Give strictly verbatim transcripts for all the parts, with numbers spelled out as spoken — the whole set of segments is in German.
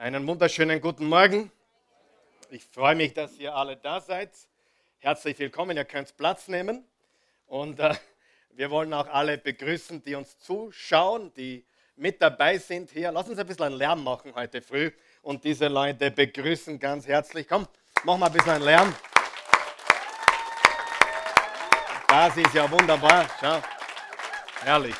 Einen wunderschönen guten Morgen. Ich freue mich, dass ihr alle da seid. Herzlich willkommen, ihr könnt Platz nehmen. Und äh, wir wollen auch alle begrüßen, die uns zuschauen, die mit dabei sind hier. Lass uns ein bisschen einen Lärm machen heute früh und diese Leute begrüßen ganz herzlich. Komm, machen wir ein bisschen einen Lärm. Das ist ja wunderbar. Schau. Herrlich.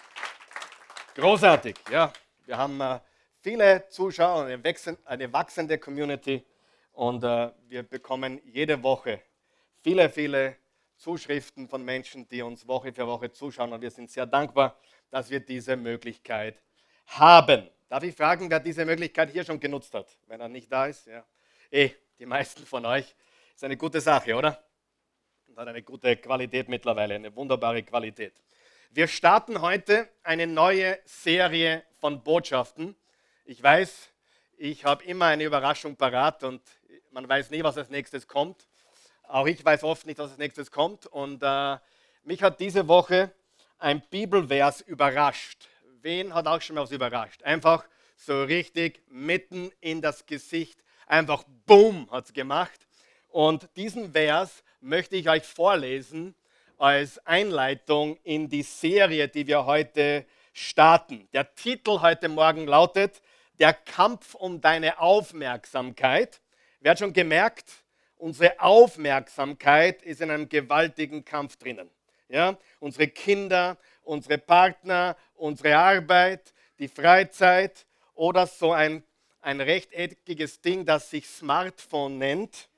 Großartig, ja. Wir haben äh, viele Zuschauer, eine, wachsen, eine wachsende Community und äh, wir bekommen jede Woche viele, viele Zuschriften von Menschen, die uns Woche für Woche zuschauen und wir sind sehr dankbar, dass wir diese Möglichkeit haben. Darf ich fragen, wer diese Möglichkeit hier schon genutzt hat? Wenn er nicht da ist, ja. Eh, die meisten von euch. Ist eine gute Sache, oder? Und hat eine gute Qualität mittlerweile, eine wunderbare Qualität. Wir starten heute eine neue Serie von Botschaften. Ich weiß, ich habe immer eine Überraschung parat und man weiß nie, was als nächstes kommt. Auch ich weiß oft nicht, was als nächstes kommt. Und äh, mich hat diese Woche ein Bibelvers überrascht. Wen hat auch schon mal was überrascht? Einfach so richtig mitten in das Gesicht. Einfach boom hat es gemacht. Und diesen Vers möchte ich euch vorlesen als Einleitung in die Serie, die wir heute starten. Der Titel heute Morgen lautet Der Kampf um deine Aufmerksamkeit. Wer hat schon gemerkt, unsere Aufmerksamkeit ist in einem gewaltigen Kampf drinnen. Ja? Unsere Kinder, unsere Partner, unsere Arbeit, die Freizeit oder so ein, ein rechteckiges Ding, das sich Smartphone nennt.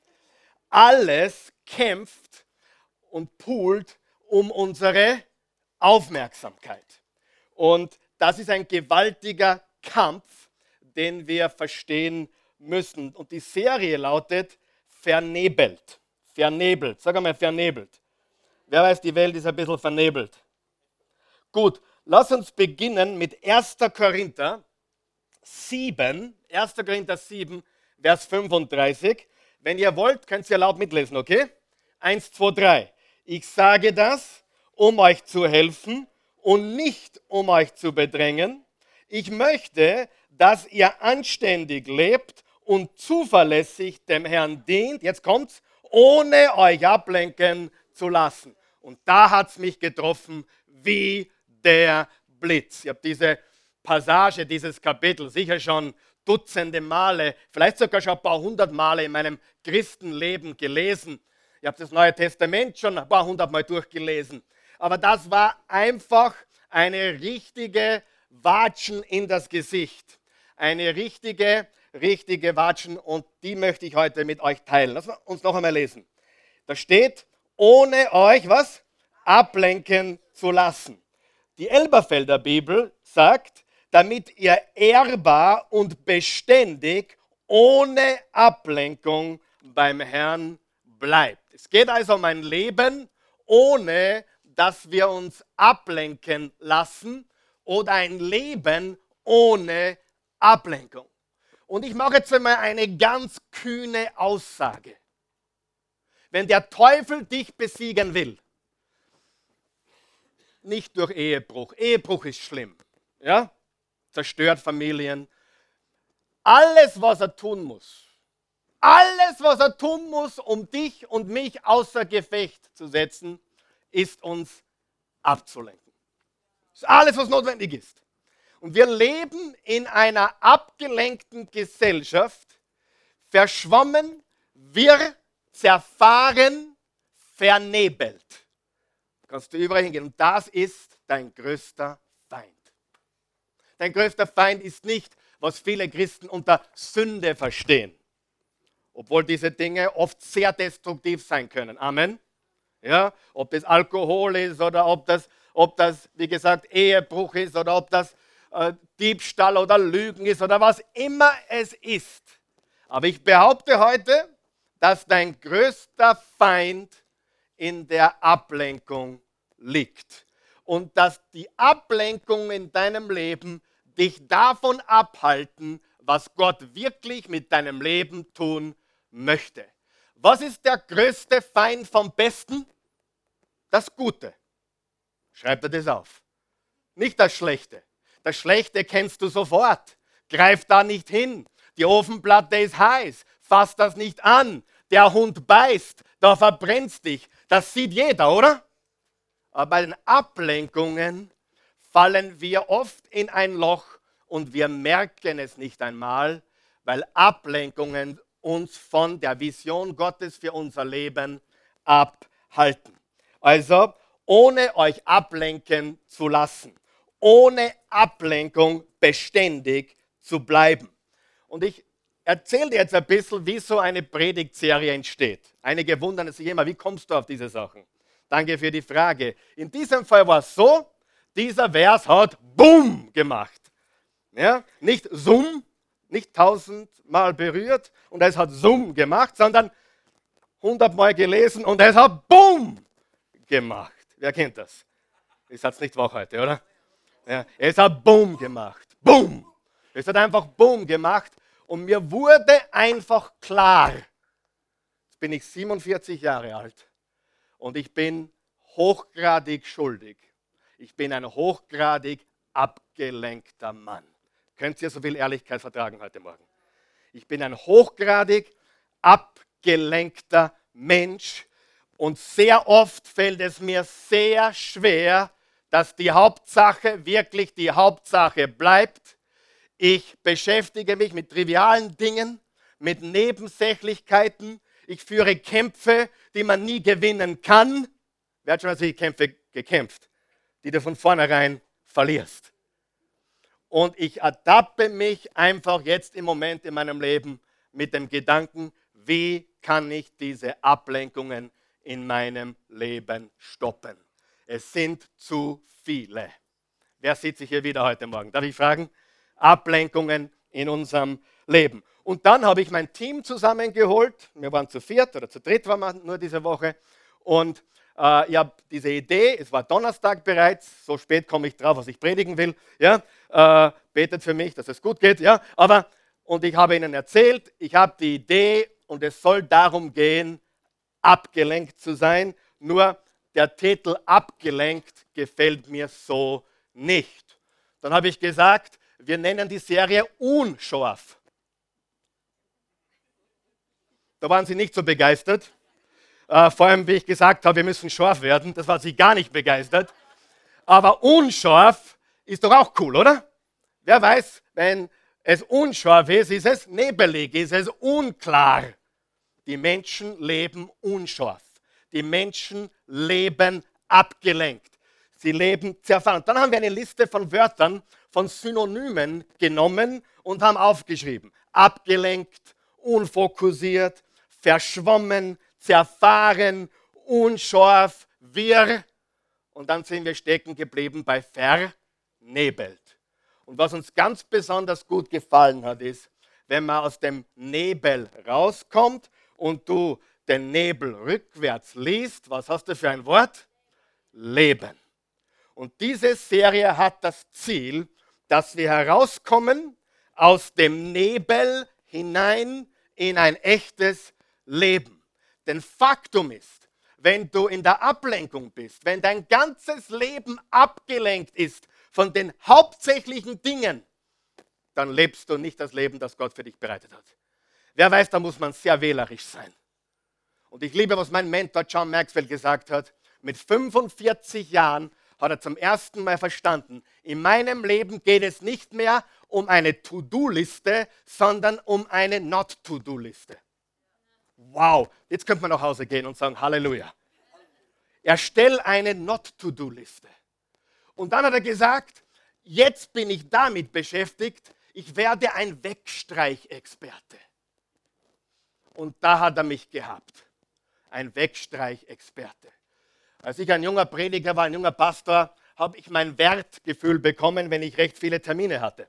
Alles kämpft und poolt um unsere Aufmerksamkeit. Und das ist ein gewaltiger Kampf, den wir verstehen müssen. Und die Serie lautet Vernebelt. Vernebelt. Sag einmal vernebelt. Wer weiß, die Welt ist ein bisschen vernebelt. Gut, lass uns beginnen mit erster Korinther sieben. erster Korinther sieben, Vers fünfunddreißig. Wenn ihr wollt, könnt ihr laut mitlesen, okay? eins, zwei, drei. Ich sage das, um euch zu helfen und nicht um euch zu bedrängen. Ich möchte, dass ihr anständig lebt und zuverlässig dem Herrn dient, jetzt kommt's, ohne euch ablenken zu lassen. Und da hat es mich getroffen wie der Blitz. Ich habe diese Passage, dieses Kapitel sicher schon Dutzende Male, vielleicht sogar schon ein paar hundert Male in meinem Christenleben gelesen. Ich habe das Neue Testament schon ein paar hundert Mal durchgelesen. Aber das war einfach eine richtige Watschen in das Gesicht. Eine richtige, richtige Watschen und die möchte ich heute mit euch teilen. Lass uns noch einmal lesen. Da steht, ohne euch, was? Ablenken zu lassen. Die Elberfelder Bibel sagt, damit ihr ehrbar und beständig ohne Ablenkung beim Herrn bleibt. Es geht also um ein Leben, ohne dass wir uns ablenken lassen oder ein Leben ohne Ablenkung. Und ich mache jetzt einmal eine ganz kühne Aussage. Wenn der Teufel dich besiegen will, nicht durch Ehebruch, Ehebruch ist schlimm, ja? Zerstört Familien, alles, was er tun muss, alles, was er tun muss, um dich und mich außer Gefecht zu setzen, ist uns abzulenken. Das ist alles, was notwendig ist. Und wir leben in einer abgelenkten Gesellschaft, verschwommen, wirr, zerfahren, vernebelt. Da kannst du überall hingehen. Und das ist dein größter Feind. Dein größter Feind ist nicht, was viele Christen unter Sünde verstehen. Obwohl diese Dinge oft sehr destruktiv sein können. Amen. Ja, ob das Alkohol ist oder ob das, ob das, wie gesagt, Ehebruch ist oder ob das äh, Diebstahl oder Lügen ist oder was immer es ist. Aber ich behaupte heute, dass dein größter Feind in der Ablenkung liegt. Und dass die Ablenkung in deinem Leben dich davon abhalten, was Gott wirklich mit deinem Leben tun möchte. Was ist der größte Feind vom Besten? Das Gute. Schreib dir das auf. Nicht das Schlechte. Das Schlechte kennst du sofort. Greif da nicht hin. Die Ofenplatte ist heiß. Fass das nicht an. Der Hund beißt. Da verbrennst dich. Das sieht jeder, oder? Aber bei den Ablenkungen fallen wir oft in ein Loch und wir merken es nicht einmal, weil Ablenkungen uns von der Vision Gottes für unser Leben abhalten. Also, ohne euch ablenken zu lassen, ohne Ablenkung beständig zu bleiben. Und ich erzähle dir jetzt ein bisschen, wie so eine Predigtserie entsteht. Einige wundern sich immer, wie kommst du auf diese Sachen? Danke für die Frage. In diesem Fall war es so, dieser Vers hat Boom gemacht. Ja? Nicht Zoom, nicht tausendmal berührt und es hat Zoom gemacht, sondern hundertmal gelesen und es hat Boom gemacht. Wer kennt das? Ihr seid nicht wach heute, oder? Ja, es hat Boom gemacht. Boom. Es hat einfach Boom gemacht und mir wurde einfach klar, jetzt bin ich siebenundvierzig Jahre alt und ich bin hochgradig schuldig. Ich bin ein hochgradig abgelenkter Mann. Könnt ihr so viel Ehrlichkeit vertragen heute Morgen? Ich bin ein hochgradig abgelenkter Mensch und sehr oft fällt es mir sehr schwer, dass die Hauptsache wirklich die Hauptsache bleibt. Ich beschäftige mich mit trivialen Dingen, mit Nebensächlichkeiten. Ich führe Kämpfe, die man nie gewinnen kann. Wer hat schon mal solche Kämpfe gekämpft, die du von vornherein verlierst? Und ich ertappe mich einfach jetzt im Moment in meinem Leben mit dem Gedanken, wie kann ich diese Ablenkungen in meinem Leben stoppen? Es sind zu viele. Wer sieht sich hier wieder heute Morgen? Darf ich fragen? Ablenkungen in unserem Leben. Und dann habe ich mein Team zusammengeholt. Wir waren zu viert oder zu dritt waren wir nur diese Woche. Und äh, ich habe diese Idee, es war Donnerstag bereits, so spät komme ich drauf, was ich predigen will. Ja? Äh, betet für mich, dass es gut geht. Ja? Aber, und ich habe ihnen erzählt, ich habe die Idee und es soll darum gehen, abgelenkt zu sein. Nur der Titel abgelenkt gefällt mir so nicht. Dann habe ich gesagt, wir nennen die Serie unscharf. Da waren sie nicht so begeistert. Äh, vor allem, wie ich gesagt habe, wir müssen scharf werden. Das war sie gar nicht begeistert. Aber unscharf ist doch auch cool, oder? Wer weiß, wenn es unscharf ist, ist es nebelig, ist es unklar. Die Menschen leben unscharf. Die Menschen leben abgelenkt. Sie leben zerfahren. Dann haben wir eine Liste von Wörtern, von Synonymen genommen und haben aufgeschrieben. Abgelenkt, unfokussiert, verschwommen, zerfahren, unscharf, wirr. Und dann sind wir stecken geblieben bei vernebelt. Und was uns ganz besonders gut gefallen hat, ist, wenn man aus dem Nebel rauskommt und du den Nebel rückwärts liest, was hast du für ein Wort? Leben. Und diese Serie hat das Ziel, dass wir herauskommen aus dem Nebel hinein in ein echtes Leben. Denn Faktum ist, wenn du in der Ablenkung bist, wenn dein ganzes Leben abgelenkt ist von den hauptsächlichen Dingen, dann lebst du nicht das Leben, das Gott für dich bereitet hat. Wer weiß, da muss man sehr wählerisch sein. Und ich liebe, was mein Mentor John Maxwell gesagt hat. Mit fünfundvierzig Jahren hat er zum ersten Mal verstanden, in meinem Leben geht es nicht mehr um eine To-Do-Liste, sondern um eine Not-To-Do-Liste. Wow, jetzt könnte man nach Hause gehen und sagen, Halleluja. Erstell eine Not-To-Do-Liste. Und dann hat er gesagt, jetzt bin ich damit beschäftigt, ich werde ein Wegstreichexperte. Und da hat er mich gehabt. Ein Wegstreichexperte. Als ich ein junger Prediger war, ein junger Pastor, habe ich mein Wertgefühl bekommen, wenn ich recht viele Termine hatte.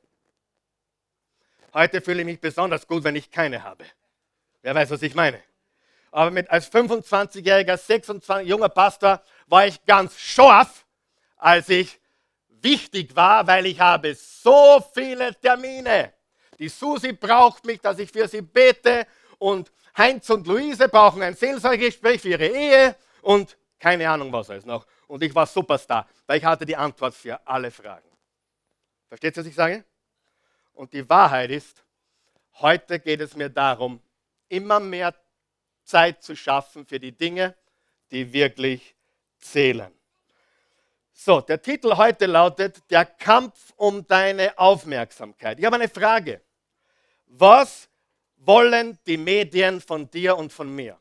Heute fühle ich mich besonders gut, wenn ich keine habe. Wer weiß, was ich meine. Aber mit, als fünfundzwanzigjähriger, sechsundzwanzigjähriger junger Pastor war ich ganz scharf, als ich wichtig war, weil ich habe so viele Termine. Die Susi braucht mich, dass ich für sie bete und Heinz und Luise brauchen ein Seelsorgegespräch für ihre Ehe und keine Ahnung was alles noch. Und ich war Superstar, weil ich hatte die Antwort für alle Fragen. Versteht ihr, was ich sage? Und die Wahrheit ist, Heute geht es mir darum, immer mehr Zeit zu schaffen für die Dinge, die wirklich zählen. So, der Titel heute lautet: Der Kampf um deine Aufmerksamkeit. Ich habe eine Frage. Was wollen die Medien von dir und von mir?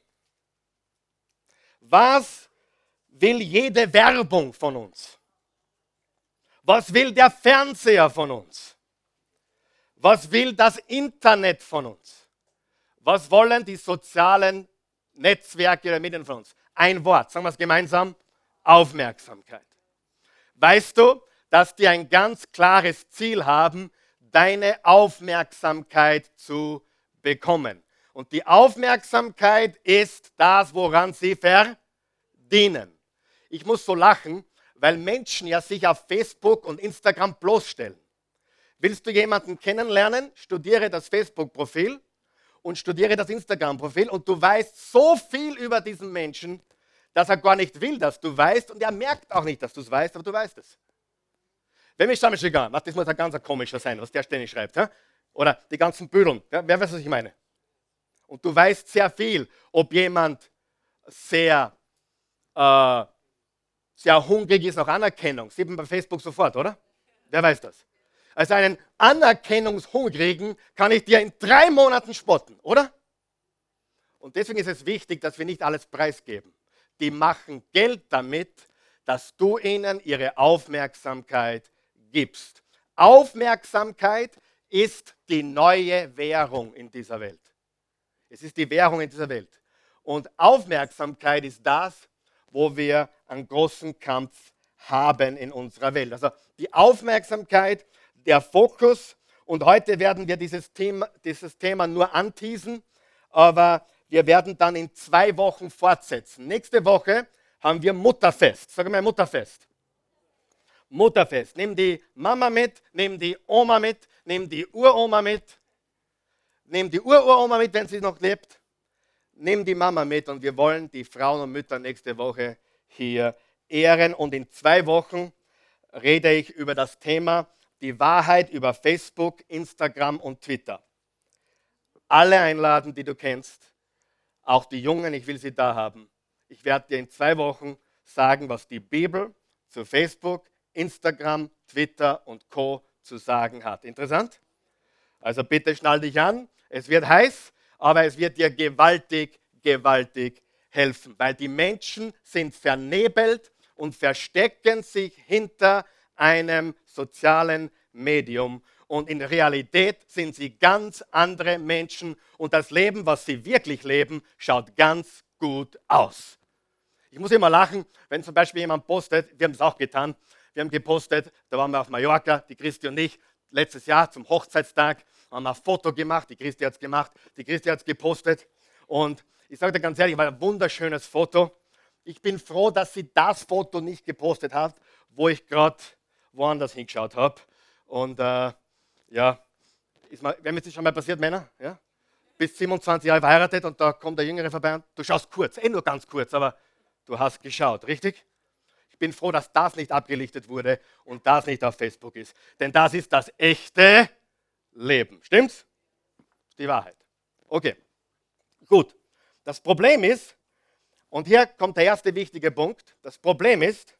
Was will jede Werbung von uns? Was will der Fernseher von uns? Was will das Internet von uns? Was wollen die sozialen Netzwerke oder Medien von uns? Ein Wort, sagen wir es gemeinsam: Aufmerksamkeit. Weißt du, dass die ein ganz klares Ziel haben, deine Aufmerksamkeit zu bekommen? Und die Aufmerksamkeit ist das, woran sie verdienen. Ich muss so lachen, weil Menschen ja sich auf Facebook und Instagram bloßstellen. Willst du jemanden kennenlernen? Studiere das Facebook-Profil und studiere das Instagram-Profil und du weißt so viel über diesen Menschen, dass er gar nicht will, dass du weißt, und er merkt auch nicht, dass du es weißt, aber du weißt es. Wenn mich damit egal, das muss ein ganz komischer sein, was der ständig schreibt. Ja? Oder die ganzen Büdeln, ja? Wer weiß, was ich meine? Und du weißt sehr viel, ob jemand sehr, äh, sehr hungrig ist nach Anerkennung. Sieht man bei Facebook sofort, oder? Wer weiß das? Also einen Anerkennungshungrigen kann ich dir in drei Monaten spotten, oder? Und deswegen ist es wichtig, dass wir nicht alles preisgeben. Die machen Geld damit, dass du ihnen ihre Aufmerksamkeit gibst. Aufmerksamkeit ist die neue Währung in dieser Welt. Es ist die Währung in dieser Welt. Und Aufmerksamkeit ist das, wo wir einen großen Kampf haben in unserer Welt. Also die Aufmerksamkeit, der Fokus. Und heute werden wir dieses Thema, dieses Thema nur anteasen, aber wir werden dann in zwei Wochen fortsetzen. Nächste Woche haben wir Mutterfest. Sag mal Mutterfest. Mutterfest. Nimm die Mama mit, nimm die Oma mit, nimm die Uroma mit, nimm die Ururoma mit, wenn sie noch lebt. Nimm die Mama mit und wir wollen die Frauen und Mütter nächste Woche hier ehren. Und in zwei Wochen rede ich über das Thema die Wahrheit über Facebook, Instagram und Twitter. Alle einladen, die du kennst. Auch die Jungen, ich will sie da haben. Ich werde dir in zwei Wochen sagen, was die Bibel zu Facebook, Instagram, Twitter und Co. zu sagen hat. Interessant? Also bitte schnall dich an. Es wird heiß, aber es wird dir gewaltig, gewaltig helfen. Weil die Menschen sind vernebelt und verstecken sich hinter einem sozialen Medium. Und in Realität sind sie ganz andere Menschen und das Leben, was sie wirklich leben, schaut ganz gut aus. Ich muss immer lachen, wenn zum Beispiel jemand postet, wir haben es auch getan, wir haben gepostet, da waren wir auf Mallorca, die Christi und ich, letztes Jahr zum Hochzeitstag, haben wir ein Foto gemacht, die Christi hat es gemacht, die Christi hat es gepostet und ich sage dir ganz ehrlich, war ein wunderschönes Foto. Ich bin froh, dass sie das Foto nicht gepostet hat, wo ich gerade woanders hingeschaut habe. Und äh, ja, ist mal, wenn mir das schon mal passiert, Männer, ja? Bis siebenundzwanzig Jahre verheiratet und da kommt der Jüngere vorbei und du schaust kurz, eh nur ganz kurz, aber du hast geschaut, richtig? Ich bin froh, dass das nicht abgelichtet wurde und das nicht auf Facebook ist. Denn das ist das echte Leben. Stimmt's? Die Wahrheit. Okay, gut. Das Problem ist, und hier kommt der erste wichtige Punkt, das Problem ist,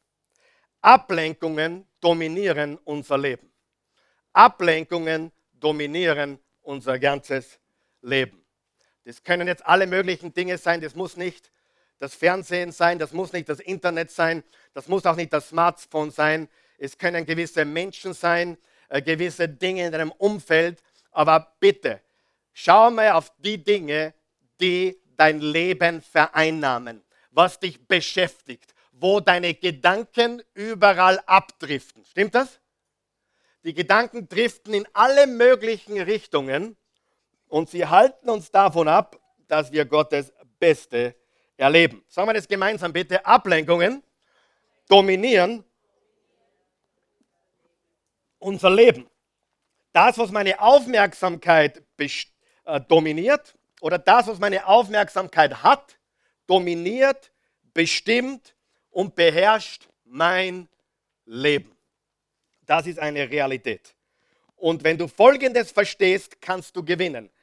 Ablenkungen dominieren unser Leben. Ablenkungen dominieren unser ganzes Leben. Das können jetzt alle möglichen Dinge sein, das muss nicht das Fernsehen sein, das muss nicht das Internet sein, das muss auch nicht das Smartphone sein. Es können gewisse Menschen sein, äh, gewisse Dinge in deinem Umfeld, aber bitte, schau mal auf die Dinge, die dein Leben vereinnahmen, was dich beschäftigt, wo deine Gedanken überall abdriften. Stimmt das? Die Gedanken driften in alle möglichen Richtungen und sie halten uns davon ab, dass wir Gottes Beste erleben. Sagen wir das gemeinsam bitte. Ablenkungen dominieren unser Leben. Das, was meine Aufmerksamkeit äh, dominiert oder das, was meine Aufmerksamkeit hat, dominiert, bestimmt und beherrscht mein Leben. Das ist eine Realität. Und wenn du Folgendes verstehst, kannst du gewinnen.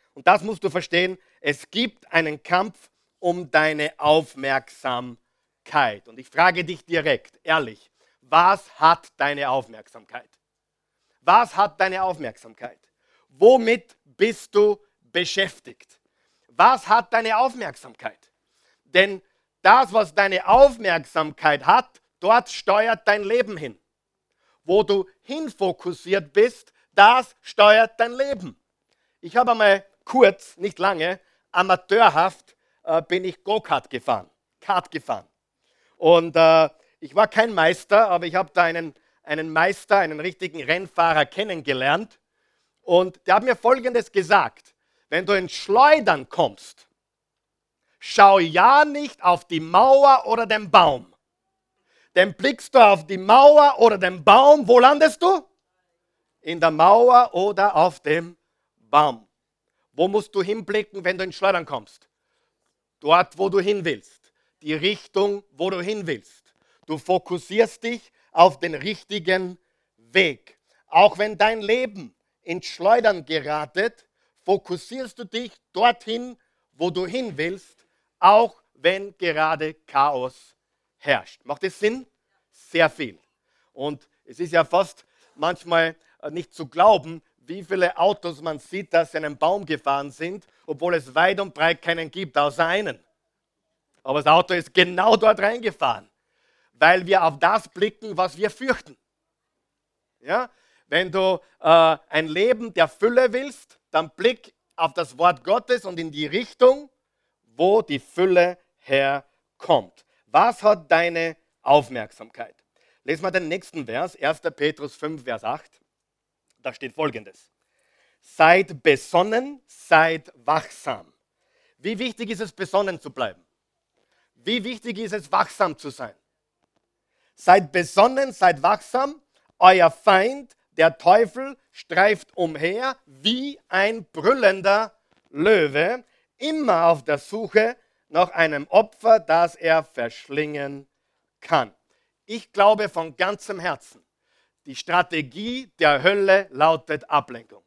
Und das musst du verstehen. Es gibt einen Kampf um deine Aufmerksamkeit. Und ich frage dich direkt, ehrlich, was hat deine Aufmerksamkeit? Was hat deine Aufmerksamkeit? Womit bist du beschäftigt? Was hat deine Aufmerksamkeit? Denn das, was deine Aufmerksamkeit hat, dort steuert dein Leben hin. Wo du hinfokussiert bist, das steuert dein Leben. Ich habe einmal kurz, nicht lange, amateurhaft äh, bin ich Go-Kart gefahren, Kart gefahren. Und äh, ich war kein Meister, aber ich habe da einen, einen Meister, einen richtigen Rennfahrer kennengelernt. Und der hat mir Folgendes gesagt: Wenn du ins Schleudern kommst, schau ja nicht auf die Mauer oder den Baum. Denn blickst du auf die Mauer oder den Baum, wo landest du? In der Mauer oder auf dem Baum. Wo musst du hinblicken, wenn du ins Schleudern kommst? Dort, wo du hin willst. Die Richtung, wo du hin willst. Du fokussierst dich auf den richtigen Weg. Auch wenn dein Leben ins Schleudern geratet, fokussierst du dich dorthin, wo du hin willst, auch wenn gerade Chaos herrscht. Macht das Sinn? Sehr viel. Und es ist ja fast manchmal nicht zu glauben, wie viele Autos man sieht, dass sie in einen Baum gefahren sind, obwohl es weit und breit keinen gibt, außer einen. Aber das Auto ist genau dort reingefahren, weil wir auf das blicken, was wir fürchten. Ja? Wenn du äh, ein Leben der Fülle willst, dann blick auf das Wort Gottes und in die Richtung, wo die Fülle herkommt. Was hat deine Aufmerksamkeit? Lesen wir den nächsten Vers, erster Petrus fünf, Vers acht. Da steht Folgendes: Seid besonnen, seid wachsam. Wie wichtig ist es, besonnen zu bleiben? Wie wichtig ist es, wachsam zu sein? Seid besonnen, seid wachsam. Euer Feind, der Teufel, streift umher wie ein brüllender Löwe, immer auf der Suche nach einem Opfer, das er verschlingen kann. Ich glaube von ganzem Herzen, die Strategie der Hölle lautet Ablenkung.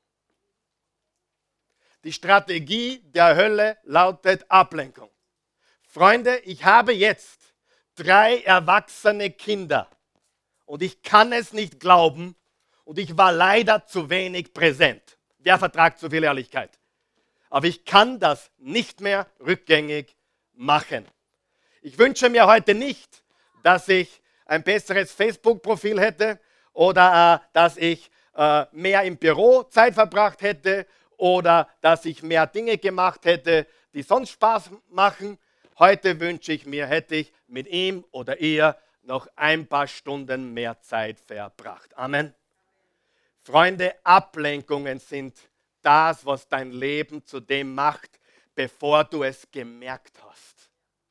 Die Strategie der Hölle lautet Ablenkung. Freunde, ich habe jetzt drei erwachsene Kinder und ich kann es nicht glauben und ich war leider zu wenig präsent. Wer vertragt so viel Ehrlichkeit? Aber ich kann das nicht mehr rückgängig machen. Ich wünsche mir heute nicht, dass ich ein besseres Facebook-Profil hätte oder äh, dass ich äh, mehr im Büro Zeit verbracht hätte oder dass ich mehr Dinge gemacht hätte, die sonst Spaß machen. Heute wünsche ich mir, hätte ich mit ihm oder ihr noch ein paar Stunden mehr Zeit verbracht. Amen. Freunde, Ablenkungen sind das, was dein Leben zu dem macht, bevor du es gemerkt hast.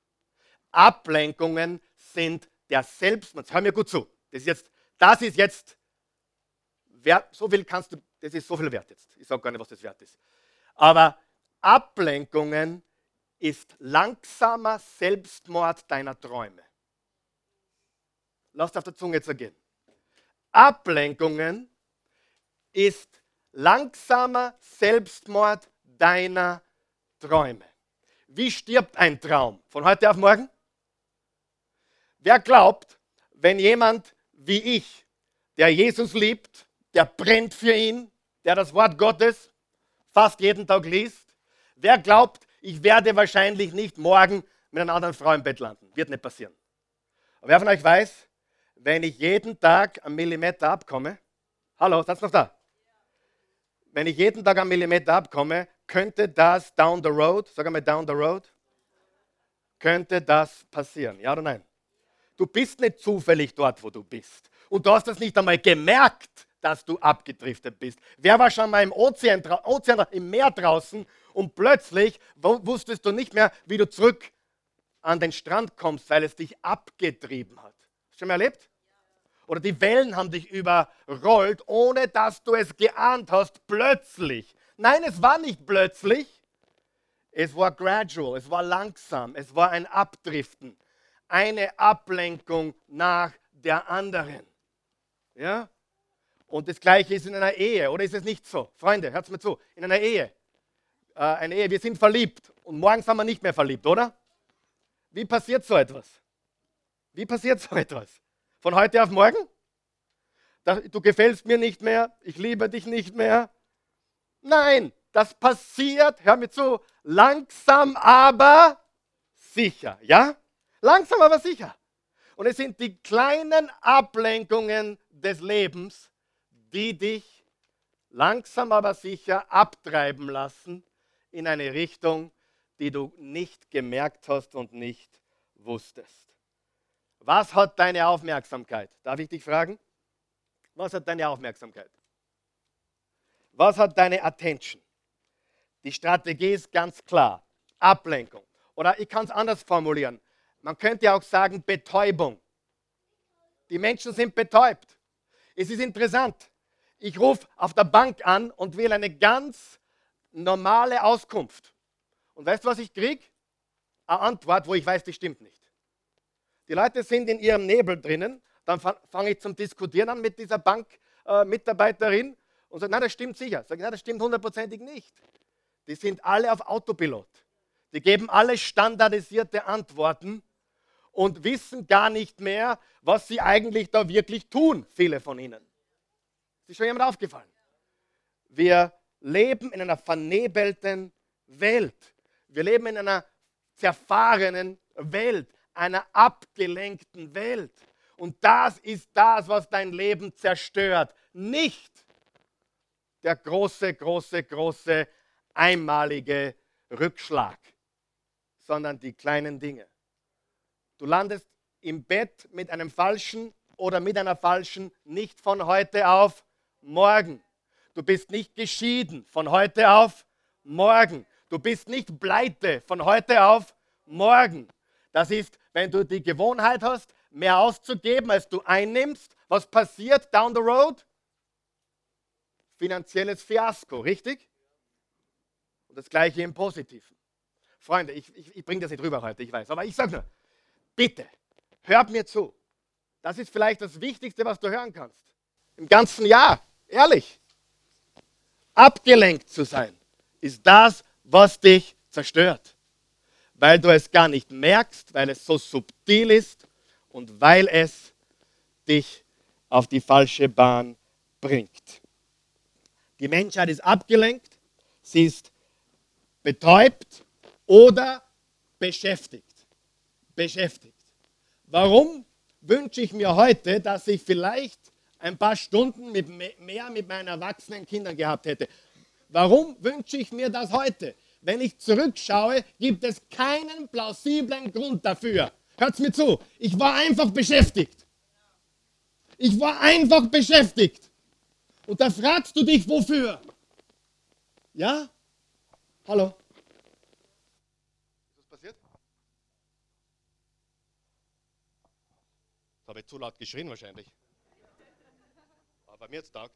Ablenkungen sind der Selbstmord. Hör mir gut zu. Das ist jetzt, das ist jetzt wert, so viel kannst du, das ist so viel wert jetzt. Ich sage gar nicht, was das wert ist. Aber Ablenkungen ist langsamer Selbstmord deiner Träume. Lass es auf der Zunge zergehen. Ablenkungen ist langsamer Selbstmord deiner Träume. Wie stirbt ein Traum? Von heute auf morgen? Wer glaubt, wenn jemand wie ich, der Jesus liebt, der brennt für ihn, der das Wort Gottes fast jeden Tag liest, wer glaubt, ich werde wahrscheinlich nicht morgen mit einer anderen Frau im Bett landen? Wird nicht passieren. Aber wer von euch weiß, wenn ich jeden Tag einen Millimeter abkomme, hallo, seid ihr noch da? Wenn ich jeden Tag einen Millimeter abkomme, könnte das down the road, sag einmal down the road, könnte das passieren, ja oder nein? Du bist nicht zufällig dort, wo du bist. Und du hast das nicht einmal gemerkt, dass du abgedriftet bist. Wer war schon mal im Ozean, Ozean im Meer draußen und plötzlich wusstest du nicht mehr, wie du zurück an den Strand kommst, weil es dich abgetrieben hat. Hast du schon mal erlebt? Oder die Wellen haben dich überrollt, ohne dass du es geahnt hast, plötzlich. Nein, es war nicht plötzlich. Es war gradual, es war langsam, es war ein Abdriften. Eine Ablenkung nach der anderen. Ja? Und das Gleiche ist in einer Ehe, oder ist es nicht so? Freunde, hört mir zu. In einer Ehe. äh, eine Ehe, wir sind verliebt und morgen sind wir nicht mehr verliebt, oder? Wie passiert so etwas? Wie passiert so etwas? Von heute auf morgen? Du gefällst mir nicht mehr, ich liebe dich nicht mehr. Nein, das passiert, hör mir zu, langsam aber sicher, ja? Langsam aber sicher. Und es sind die kleinen Ablenkungen des Lebens, die dich langsam aber sicher abtreiben lassen in eine Richtung, die du nicht gemerkt hast und nicht wusstest. Was hat deine Aufmerksamkeit? Darf ich dich fragen? Was hat deine Aufmerksamkeit? Was hat deine Attention? Die Strategie ist ganz klar. Ablenkung. Oder ich kann es anders formulieren. Man könnte auch sagen Betäubung. Die Menschen sind betäubt. Es ist interessant. Ich rufe auf der Bank an und will eine ganz normale Auskunft. Und weißt du, was ich kriege? Eine Antwort, wo ich weiß, die stimmt nicht. Die Leute sind in ihrem Nebel drinnen. Dann fange ich zum Diskutieren an mit dieser Bankmitarbeiterin und sage, nein, das stimmt sicher. Sage, nein, das stimmt hundertprozentig nicht. Die sind alle auf Autopilot. Die geben alle standardisierte Antworten und wissen gar nicht mehr, was sie eigentlich da wirklich tun, viele von ihnen. Ist schon jemand aufgefallen? Wir leben in einer vernebelten Welt. Wir leben in einer zerfahrenen Welt, einer abgelenkten Welt. Und das ist das, was dein Leben zerstört. Nicht der große, große, große, einmalige Rückschlag, sondern die kleinen Dinge. Du landest im Bett mit einem falschen oder mit einer falschen nicht von heute auf morgen. Du bist nicht geschieden von heute auf morgen. Du bist nicht pleite von heute auf morgen. Das ist, wenn du die Gewohnheit hast, mehr auszugeben, als du einnimmst. Was passiert down the road? Finanzielles Fiasko, richtig? Und das Gleiche im Positiven. Freunde, ich, ich, ich bringe das nicht rüber heute, ich weiß. Aber ich sage nur, bitte, hört mir zu. Das ist vielleicht das Wichtigste, was du hören kannst. Im ganzen Jahr, ehrlich. Abgelenkt zu sein, ist das, was dich zerstört. Weil du es gar nicht merkst, weil es so subtil ist und weil es dich auf die falsche Bahn bringt. Die Menschheit ist abgelenkt, sie ist betäubt oder beschäftigt. Beschäftigt. Warum wünsche ich mir heute, dass ich vielleicht ein paar Stunden mit mehr mit meinen erwachsenen Kindern gehabt hätte? Warum wünsche ich mir das heute? Wenn ich zurückschaue, gibt es keinen plausiblen Grund dafür. Hört's mir zu, ich war einfach beschäftigt. Ich war einfach beschäftigt. Und da fragst du dich, wofür? Ja? Hallo? Ist was passiert? Das habe ich zu laut geschrien wahrscheinlich. Aber bei mir jetzt taugt.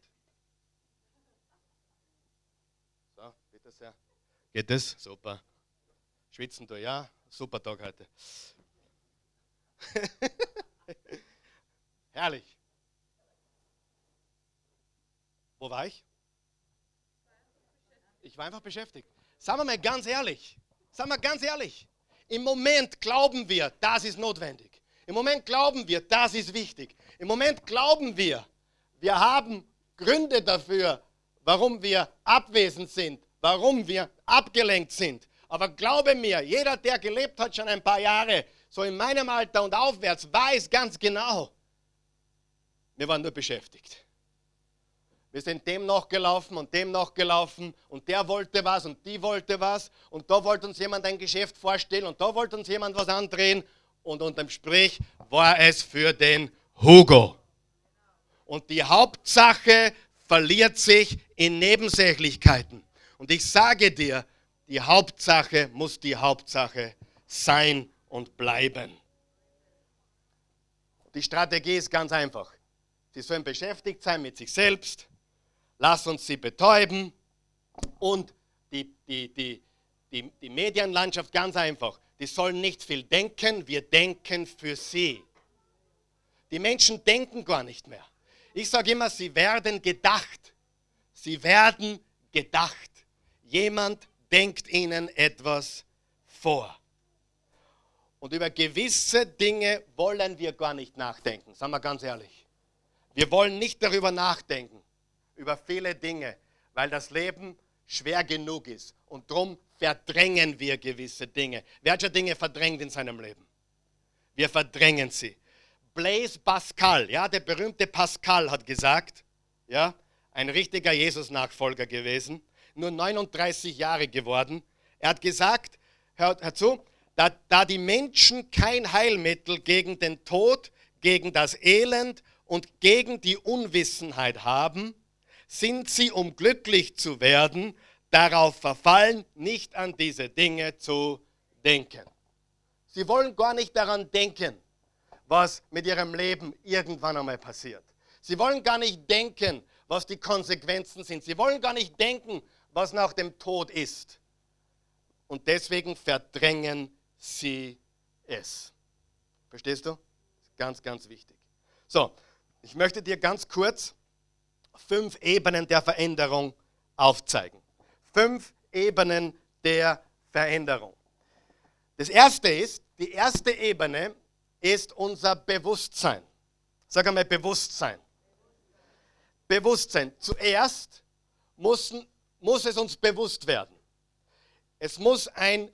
So, bitte sehr. Geht das? Super. Schwitzen du, ja? Super Tag heute. Herrlich. Wo war ich? Ich war einfach beschäftigt. Sagen wir mal ganz ehrlich. Sagen wir ganz ehrlich. Im Moment glauben wir, das ist notwendig. Im Moment glauben wir, das ist wichtig. Im Moment glauben wir, wir haben Gründe dafür, warum wir abwesend sind, warum wir abgelenkt sind. Aber glaube mir, jeder, der gelebt hat schon ein paar Jahre, so in meinem Alter und aufwärts, weiß ganz genau, wir waren nur beschäftigt. Wir sind dem nachgelaufen und dem nachgelaufen und der wollte was und die wollte was und da wollte uns jemand ein Geschäft vorstellen und da wollte uns jemand was andrehen und unterm Strich war es für den Hugo. Und die Hauptsache verliert sich in Nebensächlichkeiten. Und ich sage dir, die Hauptsache muss die Hauptsache sein und bleiben. Die Strategie ist ganz einfach. Sie sollen beschäftigt sein mit sich selbst. Lass uns sie betäuben. Und die, die, die, die, die Medienlandschaft ganz einfach. Die sollen nicht viel denken, wir denken für sie. Die Menschen denken gar nicht mehr. Ich sage immer, sie werden gedacht. Sie werden gedacht. Jemand denkt ihnen etwas vor. Und über gewisse Dinge wollen wir gar nicht nachdenken, sagen wir ganz ehrlich. Wir wollen nicht darüber nachdenken, über viele Dinge, weil das Leben schwer genug ist. Und darum verdrängen wir gewisse Dinge. Wer hat schon Dinge verdrängt in seinem Leben? Wir verdrängen sie. Blaise Pascal, ja, der berühmte Pascal hat gesagt, ja, ein richtiger Jesus-Nachfolger gewesen, nur neununddreißig Jahre geworden. Er hat gesagt, hört, hört zu, da, da die Menschen kein Heilmittel gegen den Tod, gegen das Elend und gegen die Unwissenheit haben, sind sie, um glücklich zu werden, darauf verfallen, nicht an diese Dinge zu denken. Sie wollen gar nicht daran denken, was mit ihrem Leben irgendwann einmal passiert. Sie wollen gar nicht denken, was die Konsequenzen sind. Sie wollen gar nicht denken, was nach dem Tod ist. Und deswegen verdrängen sie es. Verstehst du? Ganz, ganz wichtig. So, ich möchte dir ganz kurz fünf Ebenen der Veränderung aufzeigen. Fünf Ebenen der Veränderung. Das erste ist, die erste Ebene ist unser Bewusstsein. Sag einmal Bewusstsein. Bewusstsein. Zuerst muss, muss es uns bewusst werden. Es muss ein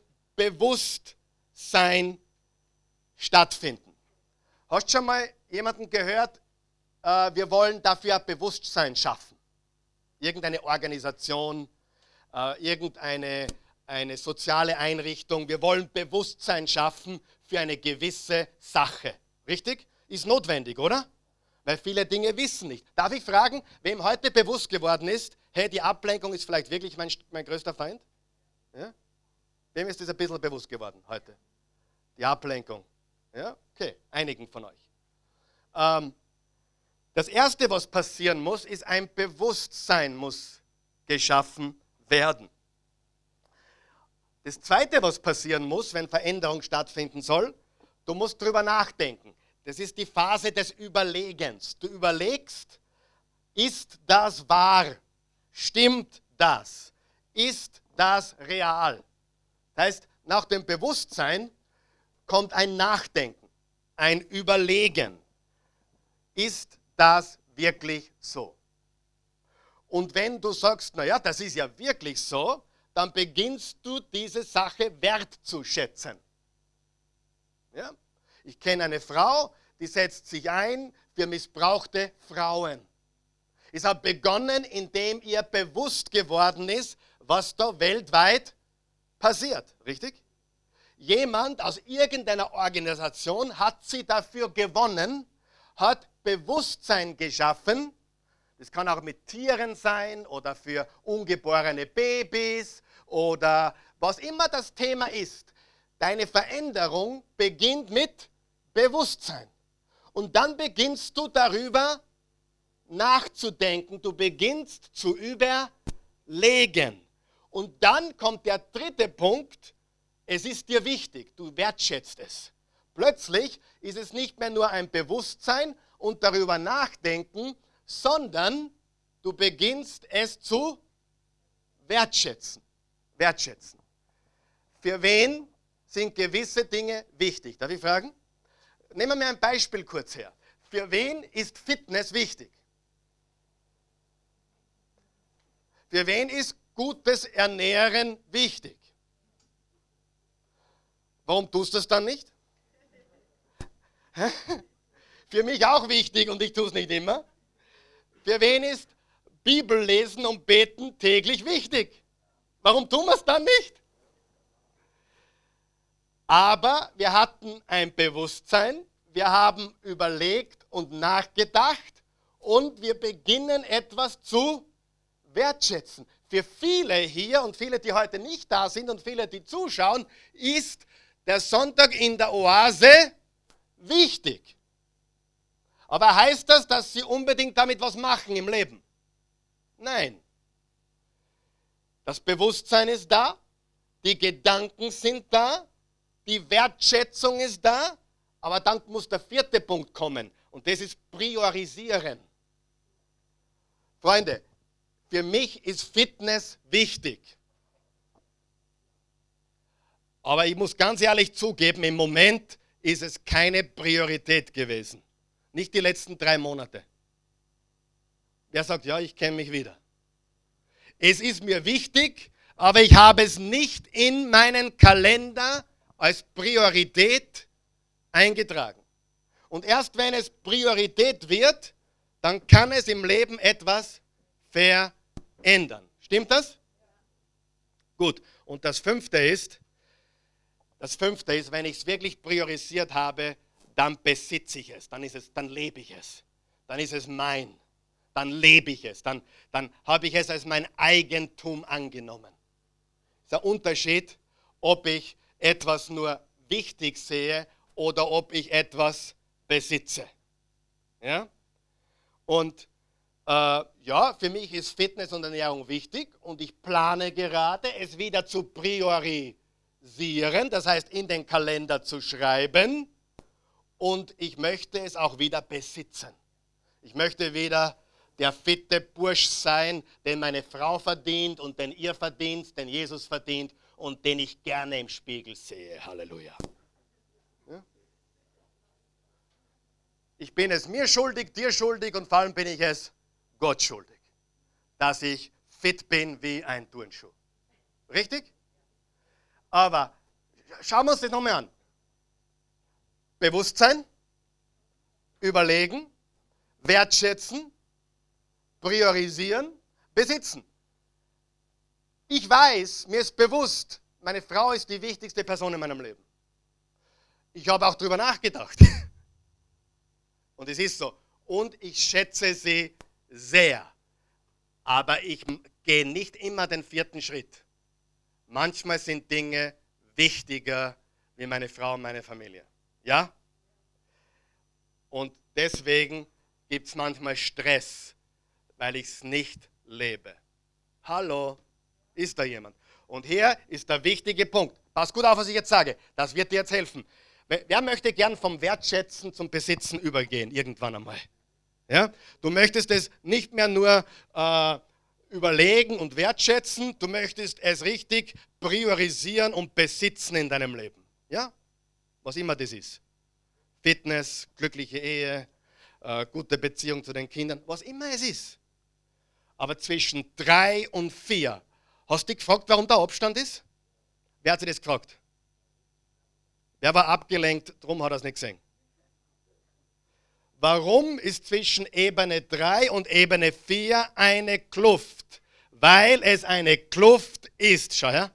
Bewusstsein stattfinden. Hast du schon mal jemanden gehört, äh, wir wollen dafür ein Bewusstsein schaffen? Irgendeine Organisation, äh, irgendeine eine soziale Einrichtung. Wir wollen Bewusstsein schaffen für eine gewisse Sache. Richtig? Ist notwendig, oder? Weil viele Dinge wissen nicht. Darf ich fragen, wem heute bewusst geworden ist, hey, die Ablenkung ist vielleicht wirklich mein, mein größter Feind? Ja? Wem ist das ein bisschen bewusst geworden heute? Die Ablenkung. Ja? Okay, einigen von euch. Ähm, das Erste, was passieren muss, ist ein Bewusstsein muss geschaffen werden. Das Zweite, was passieren muss, wenn Veränderung stattfinden soll, du musst drüber nachdenken. Das ist die Phase des Überlegens. Du überlegst, ist das wahr? Stimmt das? Ist das real? Das heißt, nach dem Bewusstsein kommt ein Nachdenken, ein Überlegen. Ist das wirklich so? Und wenn du sagst, naja, das ist ja wirklich so, dann beginnst du diese Sache wertzuschätzen. Ja? Ich kenne eine Frau, die setzt sich ein für missbrauchte Frauen. Es hat begonnen, indem ihr bewusst geworden ist, was da weltweit passiert. Richtig? Jemand aus irgendeiner Organisation hat sie dafür gewonnen, hat Bewusstsein geschaffen. Das kann auch mit Tieren sein oder für ungeborene Babys oder was immer das Thema ist. Deine Veränderung beginnt mit Bewusstsein. Und dann beginnst du darüber nachzudenken. Du beginnst zu überlegen. Und dann kommt der dritte Punkt. Es ist dir wichtig. Du wertschätzt es. Plötzlich ist es nicht mehr nur ein Bewusstsein und darüber nachdenken, sondern du beginnst es zu wertschätzen. Wertschätzen. Für wen sind gewisse Dinge wichtig? Darf ich fragen? Nehmen wir ein Beispiel kurz her. Für wen ist Fitness wichtig? Für wen ist gutes Ernähren wichtig? Warum tust du es dann nicht? Für mich auch wichtig und ich tue es nicht immer. Für wen ist Bibellesen und Beten täglich wichtig? Warum tun wir es dann nicht? Aber wir hatten ein Bewusstsein, wir haben überlegt und nachgedacht und wir beginnen etwas zu wertschätzen. Für viele hier und viele, die heute nicht da sind und viele, die zuschauen, ist der Sonntag in der Oase wichtig. Aber heißt das, dass sie unbedingt damit was machen im Leben? Nein. Das Bewusstsein ist da, die Gedanken sind da, die Wertschätzung ist da, aber dann muss der vierte Punkt kommen und das ist Priorisieren. Freunde, für mich ist Fitness wichtig. Aber ich muss ganz ehrlich zugeben, im Moment ist es keine Priorität gewesen. Nicht die letzten drei Monate. Wer sagt, ja, ich kenne mich wieder. Es ist mir wichtig, aber ich habe es nicht in meinen Kalender als Priorität eingetragen. Und erst wenn es Priorität wird, dann kann es im Leben etwas verändern. Stimmt das? Gut. Und das fünfte ist, das fünfte ist, wenn ich es wirklich priorisiert habe, dann besitze ich es, dann ist es, dann lebe ich es, dann ist es mein, dann lebe ich es, dann, dann habe ich es als mein Eigentum angenommen. Das ist der Unterschied, ob ich etwas nur wichtig sehe oder ob ich etwas besitze. Ja? Und äh, ja, für mich ist Fitness und Ernährung wichtig und ich plane gerade, es wieder zu priorisieren, das heißt in den Kalender zu schreiben, und ich möchte es auch wieder besitzen. Ich möchte wieder der fitte Bursch sein, den meine Frau verdient und den ihr verdient, den Jesus verdient und den ich gerne im Spiegel sehe. Halleluja. Ja? Ich bin es mir schuldig, dir schuldig und vor allem bin ich es Gott schuldig, dass ich fit bin wie ein Turnschuh. Richtig? Aber schauen wir uns das nochmal an. Bewusstsein, überlegen, wertschätzen, priorisieren, besitzen. Ich weiß, mir ist bewusst, meine Frau ist die wichtigste Person in meinem Leben. Ich habe auch darüber nachgedacht. Und es ist so. Und ich schätze sie sehr. Aber ich gehe nicht immer den vierten Schritt. Manchmal sind Dinge wichtiger wie meine Frau und meine Familie. Ja? Und deswegen gibt es manchmal Stress, weil ich es nicht lebe. Hallo, ist da jemand? Und hier ist der wichtige Punkt. Pass gut auf, was ich jetzt sage. Das wird dir jetzt helfen. Wer möchte gern vom Wertschätzen zum Besitzen übergehen, irgendwann einmal? Ja? Du möchtest es nicht mehr nur äh, überlegen und wertschätzen, du möchtest es richtig priorisieren und besitzen in deinem Leben. Ja? Was immer das ist. Fitness, glückliche Ehe, äh, gute Beziehung zu den Kindern, was immer es ist. Aber zwischen drei und vier, hast du dich gefragt, warum der Abstand ist? Wer hat sich das gefragt? Wer war abgelenkt, darum hat er es nicht gesehen. Warum ist zwischen Ebene drei und Ebene vier eine Kluft? Weil es eine Kluft ist. Schau her.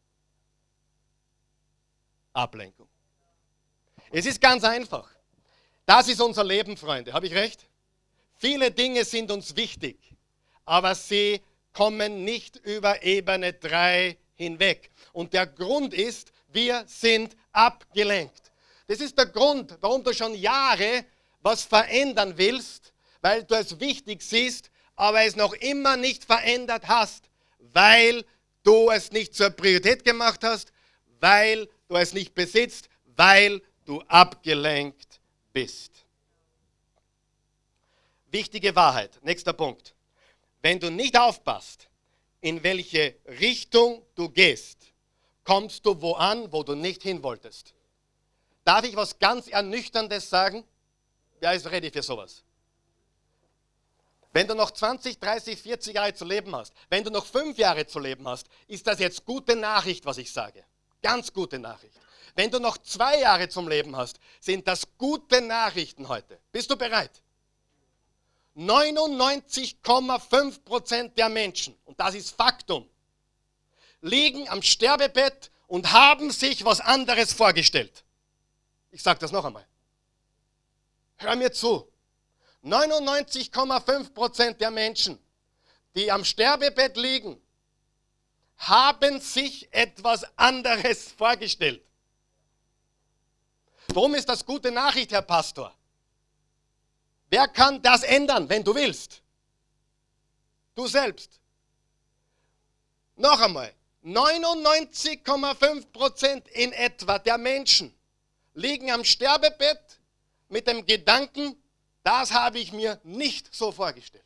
Ablenkung. Es ist ganz einfach. Das ist unser Leben, Freunde. Habe ich recht? Viele Dinge sind uns wichtig, aber sie kommen nicht über Ebene drei hinweg. Und der Grund ist, wir sind abgelenkt. Das ist der Grund, warum du schon Jahre was verändern willst, weil du es wichtig siehst, aber es noch immer nicht verändert hast, weil du es nicht zur Priorität gemacht hast, weil du es nicht besitzt, weil du abgelenkt bist. Wichtige Wahrheit, nächster Punkt. Wenn du nicht aufpasst, in welche Richtung du gehst, kommst du wo an, wo du nicht hin wolltest. Darf ich was ganz Ernüchterndes sagen? Wer ist ready für sowas? Wenn du noch zwanzig, dreißig, vierzig Jahre zu leben hast, wenn du noch fünf Jahre zu leben hast, ist das jetzt gute Nachricht, was ich sage. Ganz gute Nachricht. Wenn du noch zwei Jahre zum Leben hast, sind das gute Nachrichten heute. Bist du bereit? neunundneunzig Komma fünf Prozent der Menschen, und das ist Faktum, liegen am Sterbebett und haben sich was anderes vorgestellt. Ich sage das noch einmal. Hör mir zu. neunundneunzig Komma fünf Prozent der Menschen, die am Sterbebett liegen, haben sich etwas anderes vorgestellt. Warum ist das gute Nachricht, Herr Pastor? Wer kann das ändern, wenn du willst? Du selbst. Noch einmal. neunundneunzig Komma fünf Prozent in etwa der Menschen liegen am Sterbebett mit dem Gedanken, das habe ich mir nicht so vorgestellt.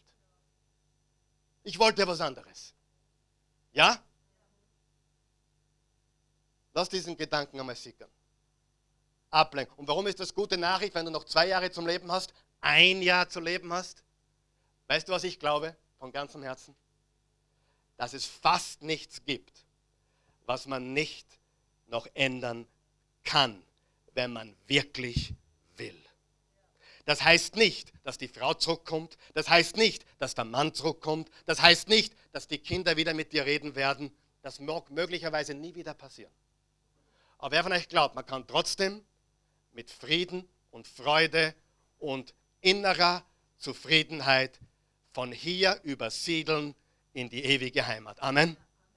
Ich wollte was anderes. Ja? Lass diesen Gedanken einmal sickern. Ablenkung. Und warum ist das gute Nachricht, wenn du noch zwei Jahre zum Leben hast, ein Jahr zu leben hast? Weißt du, was ich glaube? Von ganzem Herzen? Dass es fast nichts gibt, was man nicht noch ändern kann, wenn man wirklich will. Das heißt nicht, dass die Frau zurückkommt. Das heißt nicht, dass der Mann zurückkommt. Das heißt nicht, dass die Kinder wieder mit dir reden werden. Das mag möglicherweise nie wieder passieren. Aber wer von euch glaubt, man kann trotzdem mit Frieden und Freude und innerer Zufriedenheit von hier übersiedeln in die ewige Heimat. Amen.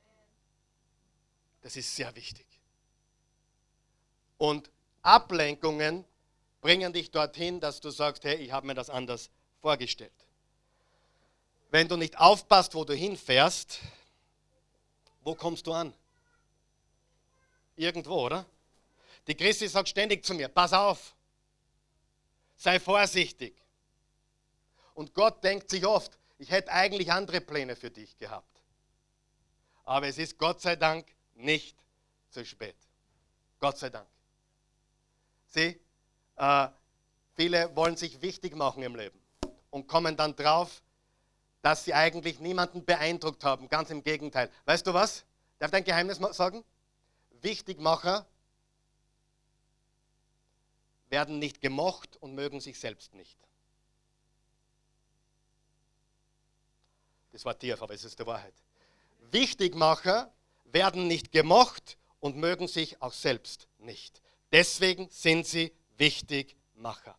Das ist sehr wichtig. Und Ablenkungen bringen dich dorthin, dass du sagst, hey, ich habe mir das anders vorgestellt. Wenn du nicht aufpasst, wo du hinfährst, wo kommst du an? Irgendwo, oder? Die Christi sagt ständig zu mir, pass auf, sei vorsichtig. Und Gott denkt sich oft, ich hätte eigentlich andere Pläne für dich gehabt. Aber es ist Gott sei Dank nicht zu spät. Gott sei Dank. Sieh, äh, viele wollen sich wichtig machen im Leben und kommen dann drauf, dass sie eigentlich niemanden beeindruckt haben. Ganz im Gegenteil. Weißt du was? Darf ich dein Geheimnis sagen? Wichtigmacher werden nicht gemocht und mögen sich selbst nicht. Das war tief, aber es ist die Wahrheit. Wichtigmacher werden nicht gemocht und mögen sich auch selbst nicht. Deswegen sind sie Wichtigmacher.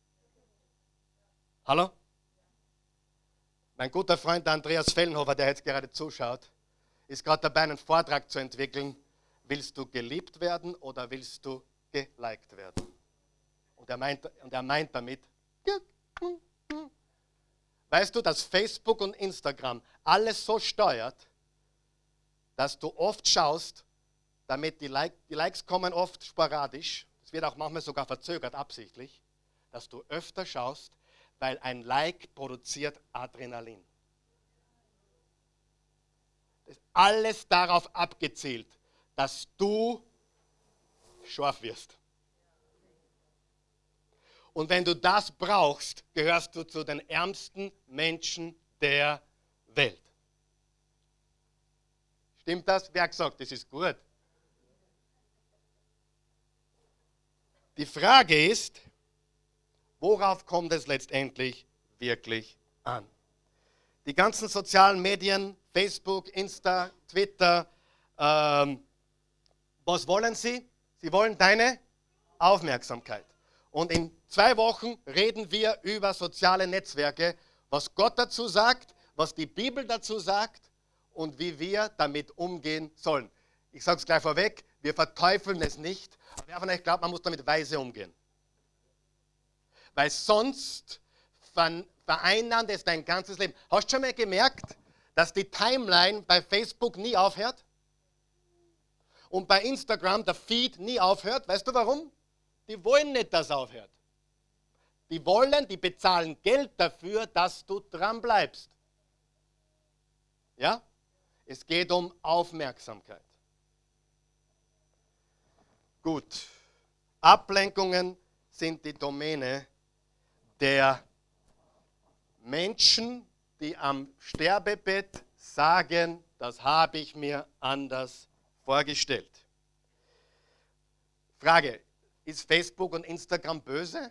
Hallo? Mein guter Freund Andreas Fellenhofer, der jetzt gerade zuschaut, ist gerade dabei, einen Vortrag zu entwickeln. Willst du geliebt werden oder willst du geliked werden? Und er meint, und er meint damit, weißt du, dass Facebook und Instagram alles so steuert, dass du oft schaust, damit die, like, die Likes kommen oft sporadisch, es wird auch manchmal sogar verzögert, absichtlich, dass du öfter schaust, weil ein Like produziert Adrenalin. Das ist alles darauf abgezielt, dass du scharf wirst. Und wenn du das brauchst, gehörst du zu den ärmsten Menschen der Welt. Stimmt das? Wer hat gesagt, das ist gut? Die Frage ist, worauf kommt es letztendlich wirklich an? Die ganzen sozialen Medien, Facebook, Insta, Twitter, ähm, was wollen sie? Sie wollen deine Aufmerksamkeit. Und in zwei Wochen reden wir über soziale Netzwerke, was Gott dazu sagt, was die Bibel dazu sagt und wie wir damit umgehen sollen. Ich sage es gleich vorweg, wir verteufeln es nicht, aber wer von euch glaubt, man muss damit weise umgehen. Weil sonst vereinnahmt es dein ganzes Leben. Hast du schon mal gemerkt, dass die Timeline bei Facebook nie aufhört? Und bei Instagram der Feed nie aufhört? Weißt du warum? Die wollen nicht, dass es aufhört. Die wollen, die bezahlen Geld dafür, dass du dran bleibst. Ja? Es geht um Aufmerksamkeit. Gut. Ablenkungen sind die Domäne der Menschen, die am Sterbebett sagen, das habe ich mir anders vorgestellt. Frage, ist Facebook und Instagram böse?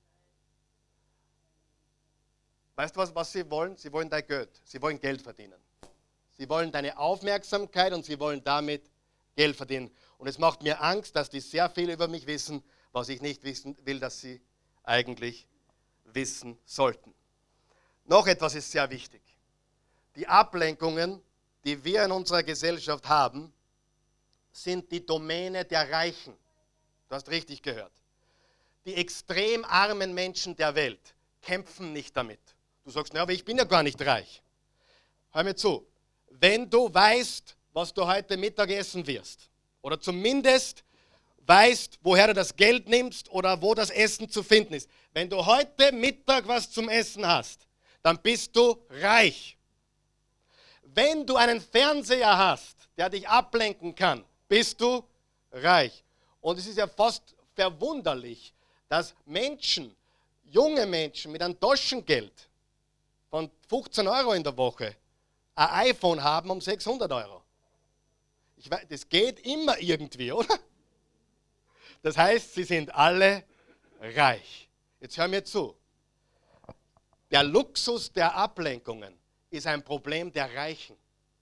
Weißt du, was, was sie wollen? Sie wollen dein Geld. Sie wollen Geld verdienen. Sie wollen deine Aufmerksamkeit und sie wollen damit Geld verdienen. Und es macht mir Angst, dass die sehr viel über mich wissen, was ich nicht wissen will, dass sie eigentlich wissen sollten. Noch etwas ist sehr wichtig. Die Ablenkungen, die wir in unserer Gesellschaft haben, sind die Domäne der Reichen. Du hast richtig gehört. Die extrem armen Menschen der Welt kämpfen nicht damit. Du sagst, na, aber ich bin ja gar nicht reich. Hör mir zu. Wenn du weißt, was du heute Mittag essen wirst, oder zumindest weißt, woher du das Geld nimmst oder wo das Essen zu finden ist. Wenn du heute Mittag was zum Essen hast, dann bist du reich. Wenn du einen Fernseher hast, der dich ablenken kann, bist du reich. Und es ist ja fast verwunderlich, dass Menschen, junge Menschen mit einem Taschengeld von fünfzehn Euro in der Woche ein iPhone haben um sechshundert Euro. Ich weiß, das geht immer irgendwie, oder? Das heißt, sie sind alle reich. Jetzt hör mir zu. Der Luxus der Ablenkungen ist ein Problem der Reichen.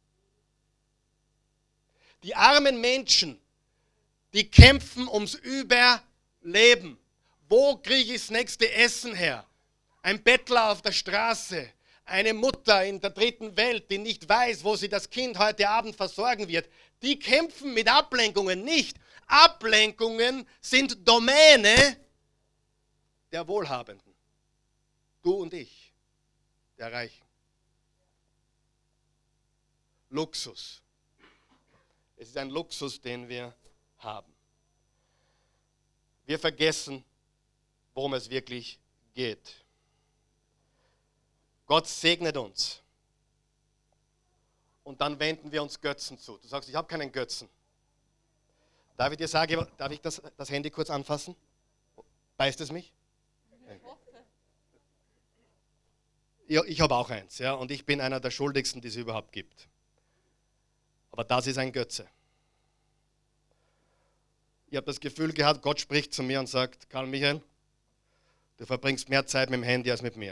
Die armen Menschen, die kämpfen ums Überleben. Wo kriege ich das nächste Essen her? Ein Bettler auf der Straße, eine Mutter in der dritten Welt, die nicht weiß, wo sie das Kind heute Abend versorgen wird, die kämpfen mit Ablenkungen nicht. Ablenkungen sind Domäne der Wohlhabenden. Du und ich, der Reichen. Luxus. Es ist ein Luxus, den wir haben. Wir vergessen, worum es wirklich geht. Gott segnet uns. Und dann wenden wir uns Götzen zu. Du sagst, ich habe keinen Götzen. Darf ich dir sagen, darf ich das, das Handy kurz anfassen? Beißt es mich? Ja, ich habe auch eins, ja, und ich bin einer der Schuldigsten, die es überhaupt gibt. Aber das ist ein Götze. Ich habe das Gefühl gehabt, Gott spricht zu mir und sagt, Karl Michael, du verbringst mehr Zeit mit dem Handy als mit mir.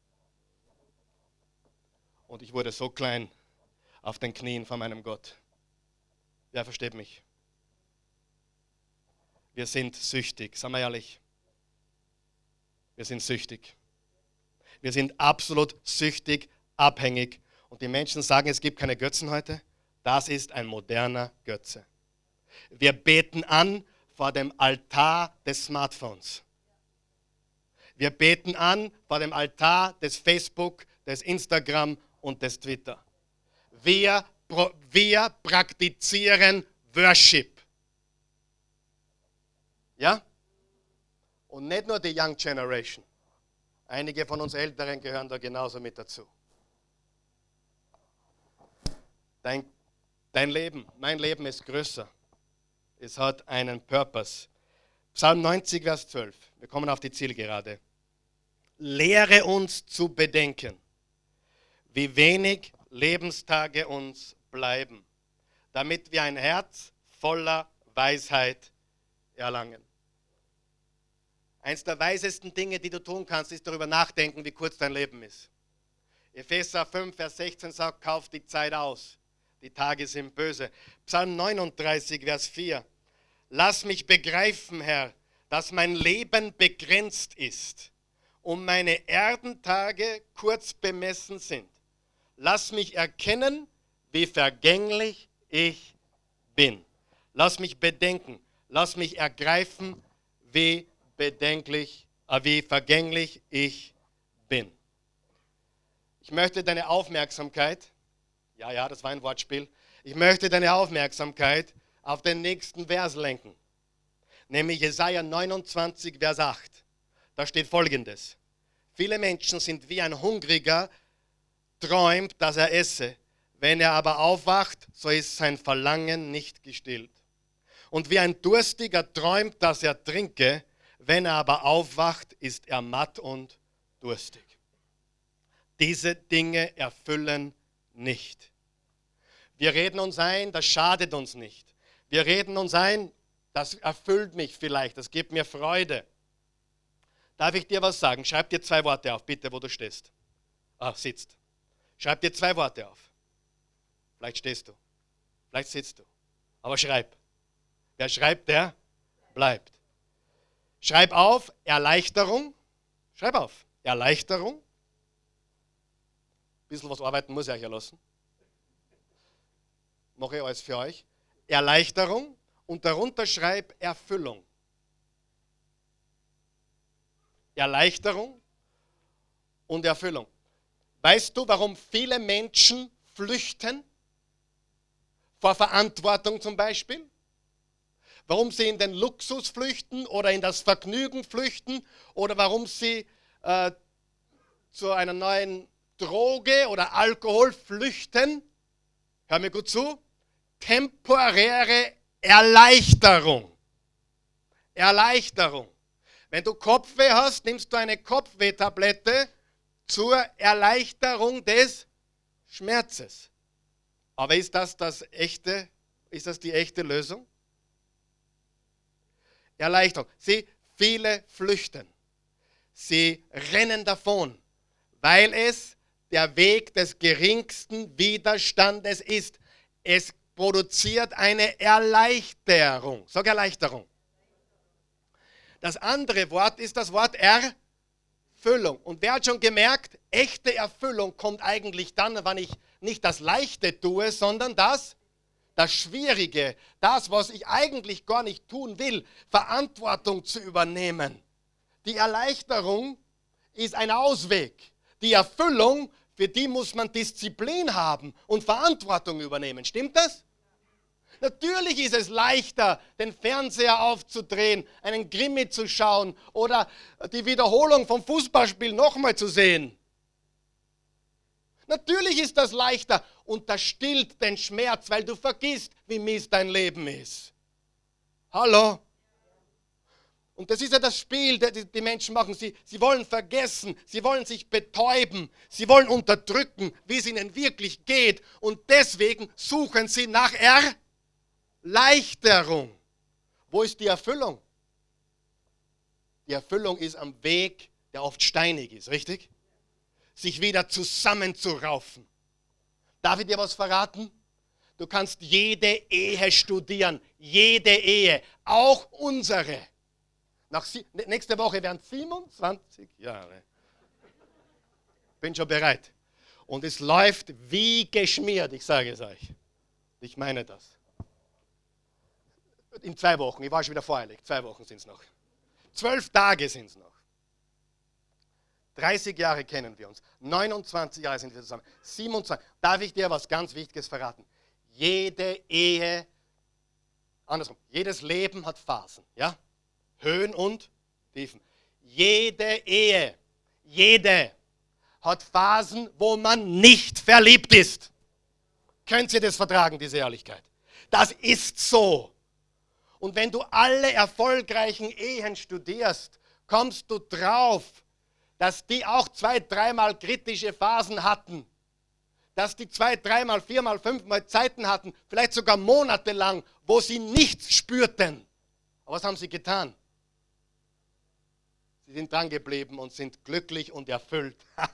Und ich wurde so klein auf den Knien vor meinem Gott. Wer versteht mich? Wir sind süchtig, sagen wir ehrlich. Wir sind süchtig. Wir sind absolut süchtig, abhängig. Und die Menschen sagen, es gibt keine Götzen heute. Das ist ein moderner Götze. Wir beten an vor dem Altar des Smartphones. Wir beten an vor dem Altar des Facebook, des Instagram und des Twitter. Wir, wir praktizieren Worship. Ja? Und nicht nur die Young Generation. Einige von uns Älteren gehören da genauso mit dazu. Dein, dein Leben, mein Leben ist größer. Es hat einen Purpose. Psalm neunzig, Vers zwölf. Wir kommen auf die Zielgerade. Lehre uns zu bedenken, wie wenig Lebenstage uns bleiben, damit wir ein Herz voller Weisheit erlangen. Eins der weisesten Dinge, die du tun kannst, ist darüber nachdenken, wie kurz dein Leben ist. Epheser fünf, Vers sechzehn sagt, kauf die Zeit aus. Die Tage sind böse. Psalm neununddreißig, Vers vier. Lass mich begreifen, Herr, dass mein Leben begrenzt ist und meine Erdentage kurz bemessen sind. Lass mich erkennen, wie vergänglich ich bin. Lass mich bedenken, lass mich ergreifen, wie bedenklich, äh, wie vergänglich ich bin. Ich möchte deine Aufmerksamkeit, ja, ja, das war ein Wortspiel, ich möchte deine Aufmerksamkeit auf den nächsten Vers lenken, nämlich Jesaja neunundzwanzig, Vers acht. Da steht Folgendes: Viele Menschen sind wie ein Hungriger, träumt, dass er esse. Wenn er aber aufwacht, so ist sein Verlangen nicht gestillt. Und wie ein Durstiger träumt, dass er trinke. Wenn er aber aufwacht, ist er matt und durstig. Diese Dinge erfüllen nicht. Wir reden uns ein, das schadet uns nicht. Wir reden uns ein, das erfüllt mich vielleicht, das gibt mir Freude. Darf ich dir was sagen? Schreib dir zwei Worte auf, bitte, wo du stehst. Ah, sitzt. Schreib dir zwei Worte auf. Vielleicht stehst du, vielleicht sitzt du. Aber schreib. Wer schreibt, der bleibt. Schreib auf, Erleichterung. Schreib auf, Erleichterung. Ein bisschen was arbeiten muss ich euch ja lassen. Mache ich alles für euch. Erleichterung und darunter schreib Erfüllung. Erleichterung und Erfüllung. Weißt du, warum viele Menschen flüchten? Vor Verantwortung zum Beispiel? Warum sie in den Luxus flüchten oder in das Vergnügen flüchten oder warum sie äh, zu einer neuen Droge oder Alkohol flüchten? Hör mir gut zu. Temporäre Erleichterung. Erleichterung. Wenn du Kopfweh hast, nimmst du eine Kopfwehtablette zur Erleichterung des Schmerzes. Aber ist das das echte, ist das die echte Lösung? Erleichterung. Sie, viele flüchten. Sie rennen davon, weil es der Weg des geringsten Widerstandes ist. Es produziert eine Erleichterung. Sag Erleichterung. Das andere Wort ist das Wort Erfüllung. Und wer hat schon gemerkt, echte Erfüllung kommt eigentlich dann, wenn ich nicht das Leichte tue, sondern das, das Schwierige, das, was ich eigentlich gar nicht tun will, Verantwortung zu übernehmen. Die Erleichterung ist ein Ausweg. Die Erfüllung, für die muss man Disziplin haben und Verantwortung übernehmen. Stimmt das? Natürlich ist es leichter, den Fernseher aufzudrehen, einen Krimi zu schauen oder die Wiederholung vom Fußballspiel nochmal zu sehen. Natürlich ist das leichter und das stillt den Schmerz, weil du vergisst, wie mies dein Leben ist. Hallo? Und das ist ja das Spiel, das die Menschen machen. Sie, sie wollen vergessen, sie wollen sich betäuben, sie wollen unterdrücken, wie es ihnen wirklich geht. Und deswegen suchen sie nach Erleichterung. Wo ist die Erfüllung? Die Erfüllung ist am Weg, der oft steinig ist, richtig? Sich wieder zusammenzuraufen. Darf ich dir was verraten? Du kannst jede Ehe studieren, jede Ehe, auch unsere. Nach sie, nächste Woche werden siebenundzwanzig Jahre. Bin schon bereit. Und es läuft wie geschmiert, ich sage es euch. Ich meine das. In zwei Wochen, ich war schon wieder voreilig, zwei Wochen sind es noch. Zwölf Tage sind es noch. dreißig Jahre kennen wir uns. neunundzwanzig Jahre sind wir zusammen. siebenundzwanzig. Darf ich dir was ganz Wichtiges verraten? Jede Ehe, andersrum, jedes Leben hat Phasen. Ja? Höhen und Tiefen. Jede Ehe, jede hat Phasen, wo man nicht verliebt ist. Könnt ihr das vertragen, diese Ehrlichkeit? Das ist so. Und wenn du alle erfolgreichen Ehen studierst, kommst du drauf, dass die auch zwei, dreimal kritische Phasen hatten. Dass die zwei, dreimal, viermal, fünfmal Zeiten hatten, vielleicht sogar monatelang, wo sie nichts spürten. Aber was haben sie getan? Sie sind dran geblieben und sind glücklich und erfüllt.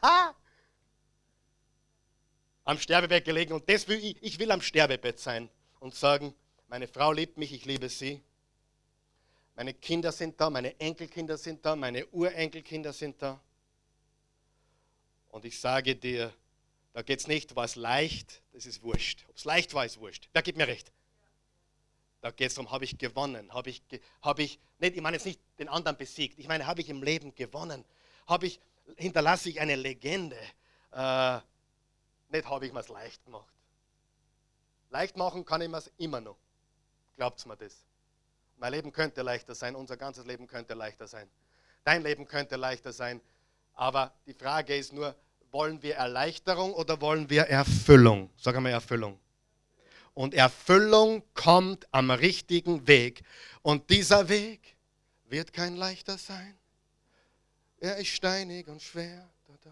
Am Sterbebett gelegen. Und das will ich, ich will am Sterbebett sein und sagen, meine Frau liebt mich, ich liebe sie. Meine Kinder sind da, meine Enkelkinder sind da, meine Urenkelkinder sind da. Und ich sage dir, da geht es nicht, war es leicht, das ist wurscht. Ob es leicht war, ist wurscht. Wer gibt mir recht? Da geht es darum, habe ich gewonnen, habe ich, habe ich, nicht, ich meine jetzt nicht den anderen besiegt, ich meine, habe ich im Leben gewonnen, habe ich, hinterlasse ich eine Legende, äh, nicht habe ich mir es leicht gemacht. Leicht machen kann ich mir es immer noch, glaubt mir das. Mein Leben könnte leichter sein, unser ganzes Leben könnte leichter sein, dein Leben könnte leichter sein, aber die Frage ist nur, wollen wir Erleichterung oder wollen wir Erfüllung? Sag einmal Erfüllung. Und Erfüllung kommt am richtigen Weg. Und dieser Weg wird kein leichter sein. Er ist steinig und schwer.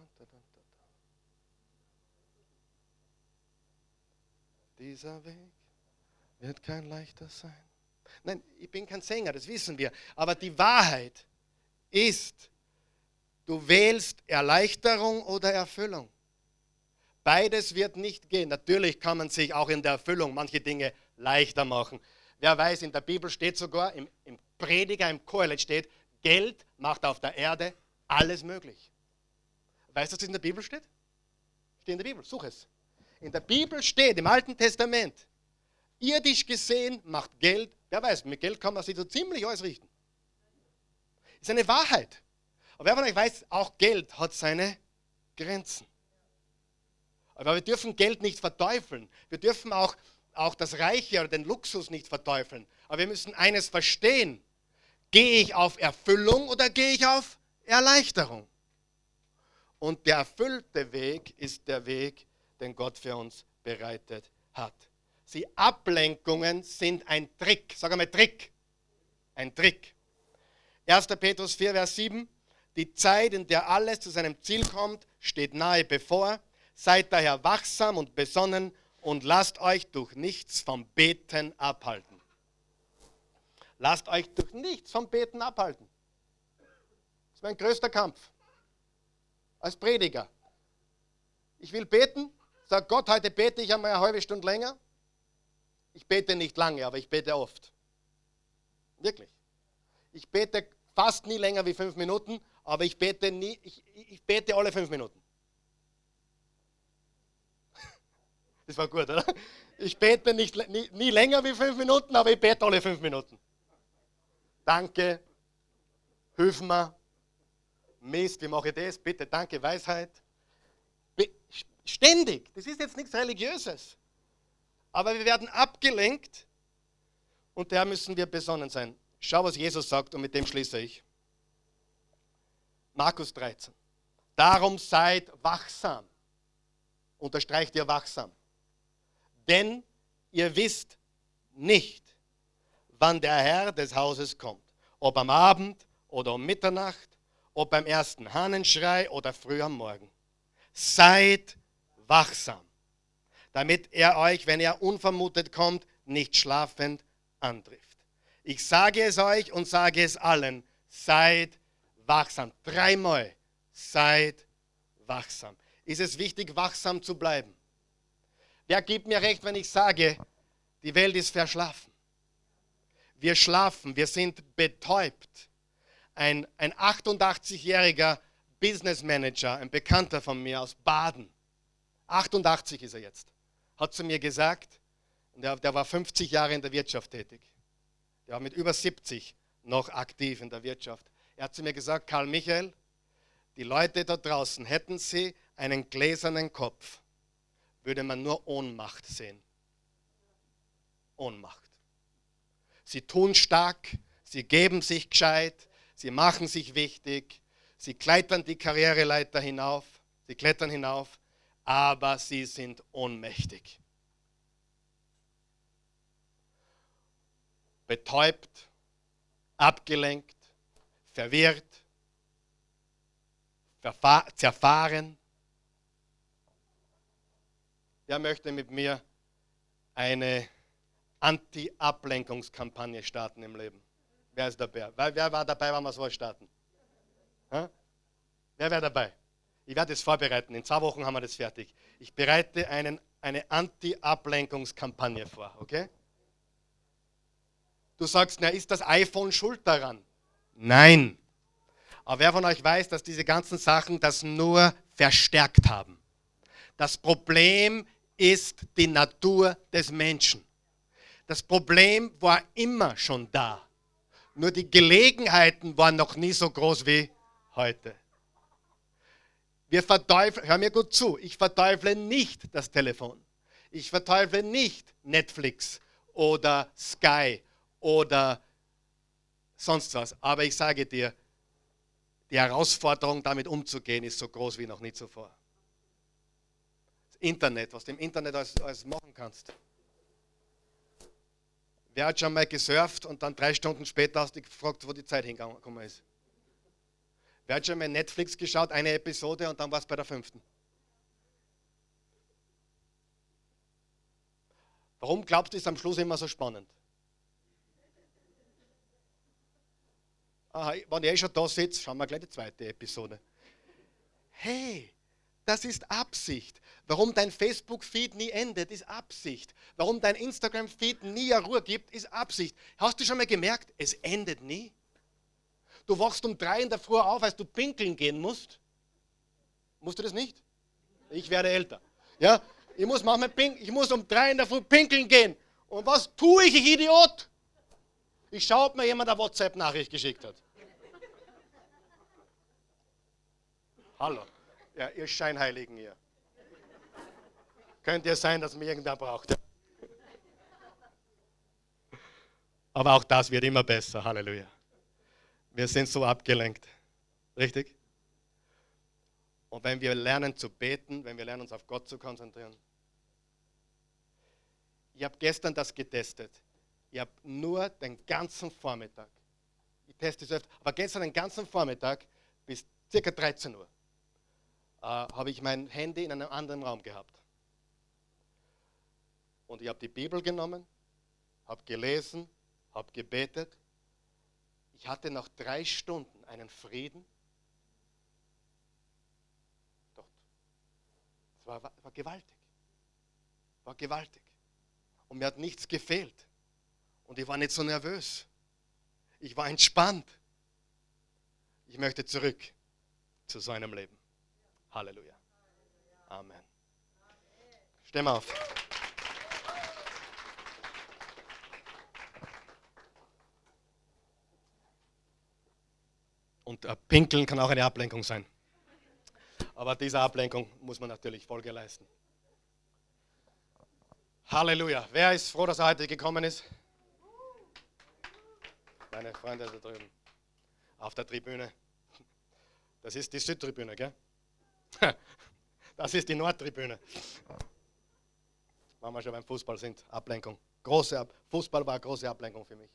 Dieser Weg wird kein leichter sein. Nein, ich bin kein Sänger, das wissen wir. Aber die Wahrheit ist, du wählst Erleichterung oder Erfüllung. Beides wird nicht gehen. Natürlich kann man sich auch in der Erfüllung manche Dinge leichter machen. Wer weiß, in der Bibel steht sogar, im, im Prediger, im Kohelet steht, Geld macht auf der Erde alles möglich. Weißt du, was in der Bibel steht? Steht in der Bibel, such es. In der Bibel steht, im Alten Testament, irdisch gesehen macht Geld, wer weiß, mit Geld kann man sich so ziemlich alles richten. Ist eine Wahrheit. Aber wer von euch weiß, auch Geld hat seine Grenzen. Aber wir dürfen Geld nicht verteufeln. Wir dürfen auch, auch das Reiche oder den Luxus nicht verteufeln. Aber wir müssen eines verstehen. Gehe ich auf Erfüllung oder gehe ich auf Erleichterung? Und der erfüllte Weg ist der Weg, den Gott für uns bereitet hat. Sie Ablenkungen sind ein Trick. Sag einmal Trick. Ein Trick. erster Petrus vier, Vers sieben. Die Zeit, in der alles zu seinem Ziel kommt, steht nahe bevor. Seid daher wachsam und besonnen und lasst euch durch nichts vom Beten abhalten. Lasst euch durch nichts vom Beten abhalten. Das ist mein größter Kampf. Als Prediger. Ich will beten, sag Gott, heute bete ich einmal eine halbe Stunde länger. Ich bete nicht lange, aber ich bete oft. Wirklich. Ich bete fast nie länger wie fünf Minuten, aber ich bete, nie, ich, ich bete alle fünf Minuten. Das war gut, oder? Ich bete nicht, nie, nie länger wie fünf Minuten, aber ich bete alle fünf Minuten. Danke, hilf mir, Mist, wie mache ich das? Bitte, danke, Weisheit. Be ständig, das ist jetzt nichts Religiöses. Aber wir werden abgelenkt und daher müssen wir besonnen sein. Schau, was Jesus sagt und mit dem schließe ich. Markus dreizehn. Darum seid wachsam. Unterstreicht ihr wachsam. Denn ihr wisst nicht, wann der Herr des Hauses kommt. Ob am Abend oder um Mitternacht, ob beim ersten Hahnenschrei oder früh am Morgen. Seid wachsam, damit er euch, wenn er unvermutet kommt, nicht schlafend antrifft. Ich sage es euch und sage es allen, seid wachsam. Dreimal, seid wachsam. Ist es wichtig, wachsam zu bleiben? Wer gibt mir recht, wenn ich sage, die Welt ist verschlafen? Wir schlafen, wir sind betäubt. Ein, ein achtundachtzigjähriger Business Manager, ein Bekannter von mir aus Baden, achtundachtzig ist er jetzt, hat zu mir gesagt, der, der war fünfzig Jahre in der Wirtschaft tätig. Der war mit über siebzig noch aktiv in der Wirtschaft. Er hat zu mir gesagt, Karl Michael, die Leute da draußen, hätten sie einen gläsernen Kopf, würde man nur Ohnmacht sehen. Ohnmacht. Sie tun stark, sie geben sich gescheit, sie machen sich wichtig, sie klettern die Karriereleiter hinauf, sie klettern hinauf, aber sie sind ohnmächtig. Betäubt, abgelenkt, verwirrt, zerfahren. Wer möchte mit mir eine Anti-Ablenkungskampagne starten im Leben? Wer ist dabei? Wer war dabei, wenn wir sowas starten? Ha? Wer wäre dabei? Ich werde es vorbereiten. In zwei Wochen haben wir das fertig. Ich bereite einen, eine Anti-Ablenkungskampagne vor, okay? Du sagst, na, ist das iPhone schuld daran? Nein. Aber wer von euch weiß, dass diese ganzen Sachen das nur verstärkt haben? Das Problem ist die Natur des Menschen. Das Problem war immer schon da. Nur die Gelegenheiten waren noch nie so groß wie heute. Wir verteufeln, hör mir gut zu, ich verteufle nicht das Telefon. Ich verteufle nicht Netflix oder Sky oder sonst was. Aber ich sage dir, die Herausforderung, damit umzugehen, ist so groß wie noch nie zuvor. Das Internet, was du im Internet alles, alles machen kannst. Wer hat schon mal gesurft und dann drei Stunden später hast du dich gefragt, wo die Zeit hingekommen ist? Wer hat schon mal Netflix geschaut, eine Episode und dann war es bei der fünften? Warum glaubst du, ist am Schluss immer so spannend? Aha, wenn ich eh schon da sitze, schauen wir gleich die zweite Episode. Hey, das ist Absicht. Warum dein Facebook-Feed nie endet, ist Absicht. Warum dein Instagram-Feed nie eine Ruhe gibt, ist Absicht. Hast du schon mal gemerkt, es endet nie? Du wachst um drei in der Früh auf, als du pinkeln gehen musst. Musst du das nicht? Ich werde älter. Ja, ich muss manchmal pinkeln, ich muss um drei in der Früh pinkeln gehen. Und was tue ich, ich Idiot? Ich schaue, ob mir jemand eine WhatsApp-Nachricht geschickt hat. Hallo. Ja, ihr Scheinheiligen hier. Könnte ja sein, dass mir irgendwer braucht. Ja. Aber auch das wird immer besser. Halleluja. Wir sind so abgelenkt. Richtig? Und wenn wir lernen zu beten, wenn wir lernen uns auf Gott zu konzentrieren, Ich habe gestern das getestet. Ich habe nur den ganzen Vormittag, ich teste es öfter, aber gestern den ganzen Vormittag bis ca. dreizehn Uhr äh, habe ich mein Handy in einem anderen Raum gehabt. Und ich habe die Bibel genommen, habe gelesen, habe gebetet. Ich hatte nach drei Stunden einen Frieden. Dort. Es war, war gewaltig. War gewaltig. Und mir hat nichts gefehlt. Und ich war nicht so nervös. Ich war entspannt. Ich möchte zurück zu so einem Leben. Halleluja. Amen. Steh mal auf. Und äh, Pinkeln kann auch eine Ablenkung sein. Aber dieser Ablenkung muss man natürlich Folge leisten. Halleluja. Wer ist froh, dass er heute gekommen ist? Meine Freunde da drüben. Auf der Tribüne. Das ist die Südtribüne, gell? Das ist die Nordtribüne. Wenn wir schon beim Fußball sind, Ablenkung. Große Ab- Fußball war eine große Ablenkung für mich.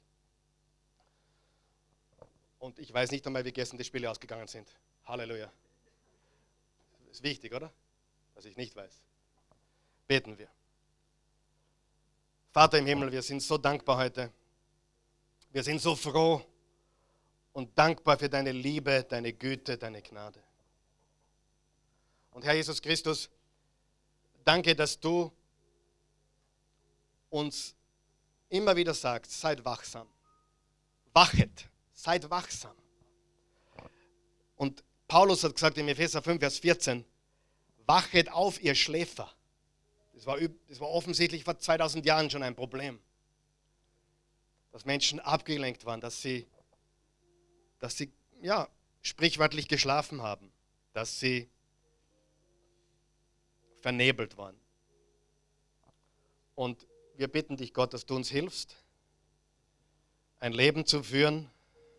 Und ich weiß nicht einmal, wie gestern die Spiele ausgegangen sind. Halleluja. Ist wichtig, oder? Dass ich nicht weiß. Beten wir. Vater im Himmel, wir sind so dankbar heute. Wir sind so froh und dankbar für deine Liebe, deine Güte, deine Gnade. Und Herr Jesus Christus, danke, dass du uns immer wieder sagst, seid wachsam. Wachet, seid wachsam. Und Paulus hat gesagt in Epheser fünf, Vers vierzehn, wachet auf, ihr Schläfer. Das war, das war offensichtlich vor zweitausend Jahren schon ein Problem. Dass Menschen abgelenkt waren, dass sie, dass sie ja, sprichwörtlich geschlafen haben, dass sie vernebelt waren. Und wir bitten dich, Gott, dass du uns hilfst, ein Leben zu führen,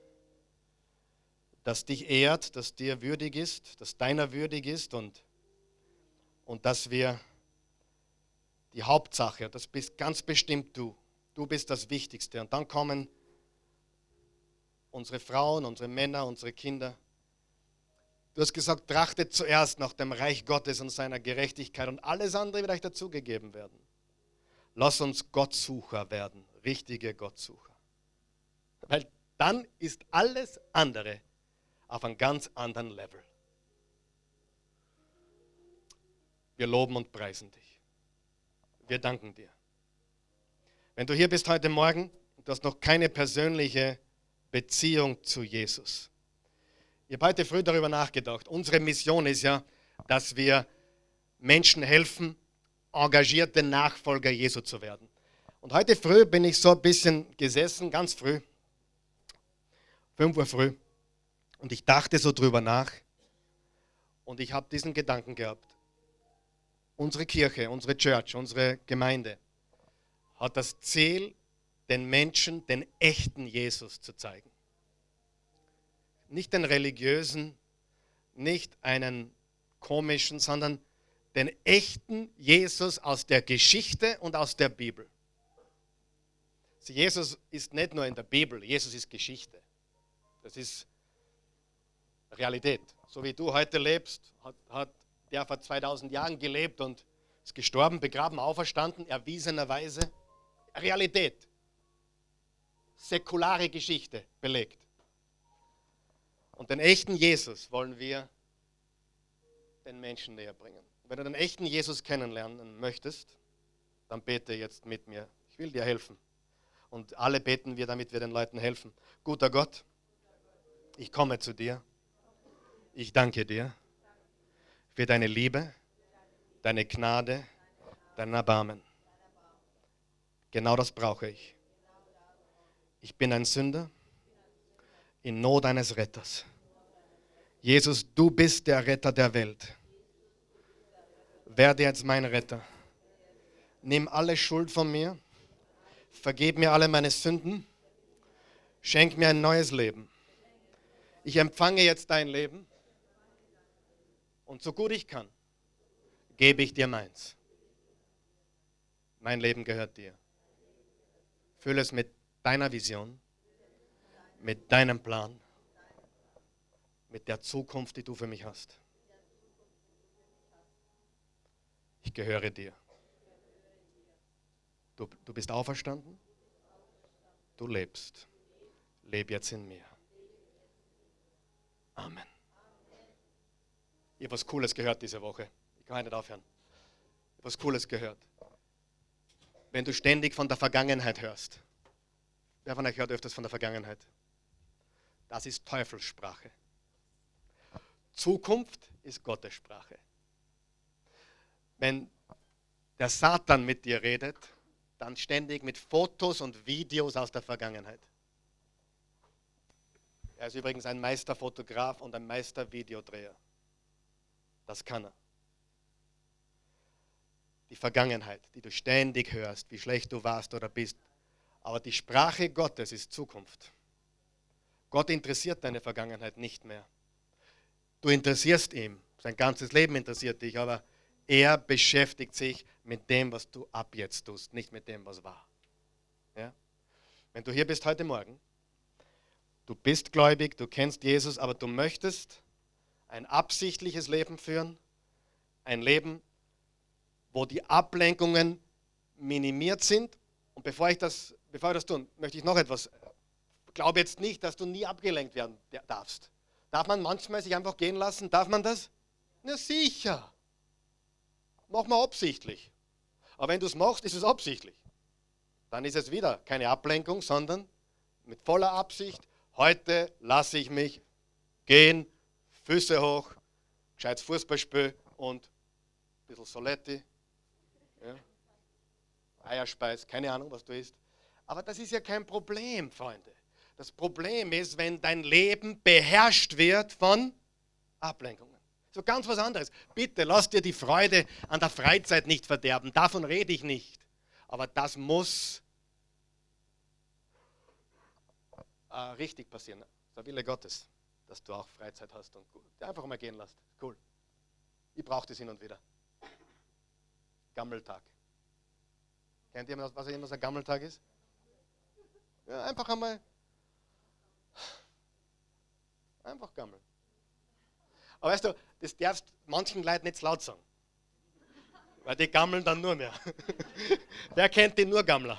das dich ehrt, das dir würdig ist, das deiner würdig ist und, und dass wir die Hauptsache, das bist ganz bestimmt du, du bist das Wichtigste. Und dann kommen unsere Frauen, unsere Männer, unsere Kinder. Du hast gesagt, trachtet zuerst nach dem Reich Gottes und seiner Gerechtigkeit und alles andere wird euch dazugegeben werden. Lass uns Gottsucher werden, richtige Gottsucher. Weil dann ist alles andere auf einem ganz anderen Level. Wir loben und preisen dich. Wir danken dir. Wenn du hier bist heute Morgen und du hast noch keine persönliche Beziehung zu Jesus. Ich habe heute früh darüber nachgedacht. Unsere Mission ist ja, dass wir Menschen helfen, engagierte Nachfolger Jesu zu werden. Und heute früh bin ich so ein bisschen gesessen, ganz früh, fünf Uhr früh, und ich dachte so drüber nach und ich habe diesen Gedanken gehabt. Unsere Kirche, unsere Church, unsere Gemeinde hat das Ziel, den Menschen den echten Jesus zu zeigen. Nicht den religiösen, nicht einen komischen, sondern den echten Jesus aus der Geschichte und aus der Bibel. Jesus ist nicht nur in der Bibel, Jesus ist Geschichte. Das ist Realität. So wie du heute lebst, hat, hat der vor zweitausend Jahren gelebt und ist gestorben, begraben, auferstanden, erwiesenerweise. Realität. Säkulare Geschichte belegt. Und den echten Jesus wollen wir den Menschen näher bringen. Wenn du den echten Jesus kennenlernen möchtest, dann bete jetzt mit mir. Ich will dir helfen. Und alle beten wir, damit wir den Leuten helfen. Guter Gott, ich komme zu dir. Ich danke dir für deine Liebe, deine Gnade, dein Erbarmen. Genau das brauche ich. Ich bin ein Sünder in Not eines Retters. Jesus, du bist der Retter der Welt. Werde jetzt mein Retter. Nimm alle Schuld von mir. Vergib mir alle meine Sünden. Schenk mir ein neues Leben. Ich empfange jetzt dein Leben. Und so gut ich kann, gebe ich dir meins. Mein Leben gehört dir. Fülle es mit deiner Vision, mit deinem Plan, mit der Zukunft, die du für mich hast. Ich gehöre dir. Du, du bist auferstanden. Du lebst. Leb jetzt in mir. Amen. Ich habe was Cooles gehört diese Woche. Ich kann nicht aufhören. Ich habe was Cooles gehört. Wenn du ständig von der Vergangenheit hörst. Wer von euch hört öfters von der Vergangenheit? Das ist Teufelssprache. Zukunft ist Gottes Sprache. Wenn der Satan mit dir redet, dann ständig mit Fotos und Videos aus der Vergangenheit. Er ist übrigens ein Meisterfotograf und ein Meistervideodreher. Das kann er. Die Vergangenheit, die du ständig hörst, wie schlecht du warst oder bist. Aber die Sprache Gottes ist Zukunft. Gott interessiert deine Vergangenheit nicht mehr. Du interessierst ihn. Sein ganzes Leben interessiert dich, aber er beschäftigt sich mit dem, was du ab jetzt tust, nicht mit dem, was war. Ja? Wenn du hier bist heute Morgen, du bist gläubig, du kennst Jesus, aber du möchtest ein absichtliches Leben führen, ein Leben, wo die Ablenkungen minimiert sind. Und bevor ich das, bevor wir das tun, möchte ich noch etwas. Glaube jetzt nicht, dass du nie abgelenkt werden darfst. Darf man manchmal sich einfach gehen lassen? Darf man das? Na sicher. Mach mal absichtlich. Aber wenn du es machst, ist es absichtlich. Dann ist es wieder keine Ablenkung, sondern mit voller Absicht. Heute lasse ich mich gehen, Füße hoch, gescheites Fußballspiel und ein bisschen Soletti, ja, Eierspeis, keine Ahnung, was du isst. Aber das ist ja kein Problem, Freunde. Das Problem ist, wenn dein Leben beherrscht wird von Ablenkungen. So ganz was anderes. Bitte lass dir die Freude an der Freizeit nicht verderben. Davon rede ich nicht. Aber das muss äh, richtig passieren. Das ist der Wille Gottes, dass du auch Freizeit hast und einfach mal gehen lässt. Cool. Ich brauche das hin und wieder. Gammeltag. Kennt ihr, was immer so ein Gammeltag ist? Ja, einfach einmal. Einfach gammeln. Aber weißt du, das darfst manchen Leuten nicht laut sagen. Weil die gammeln dann nur mehr. Wer kennt den nur Gammler?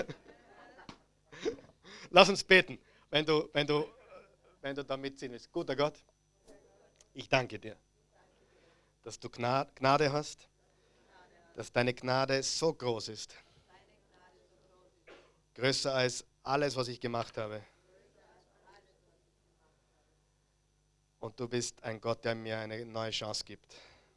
Lass uns beten, wenn du, wenn du, wenn du da mitziehen willst. Guter Gott, ich danke dir, dass du Gnade hast, dass deine Gnade so groß ist. Größer als alles, was ich gemacht habe. Und du bist ein Gott, der mir eine neue Chance gibt.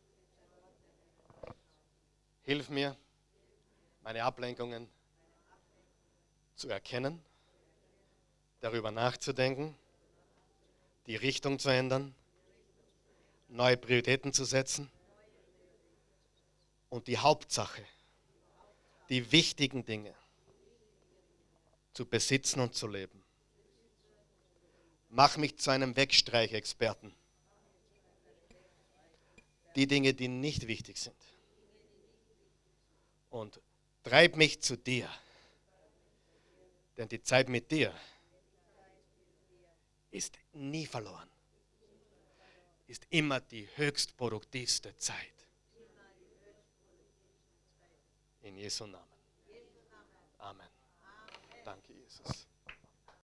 Hilf mir, meine Ablenkungen zu erkennen, darüber nachzudenken, die Richtung zu ändern, neue Prioritäten zu setzen und die Hauptsache, die wichtigen Dinge zu besitzen und zu leben. Mach mich zu einem Wegstreichexperten. Die Dinge, die nicht wichtig sind. Und treib mich zu dir. Denn die Zeit mit dir ist nie verloren. Ist immer die höchst produktivste Zeit. In Jesu Namen. Amen. Danke, Jesus.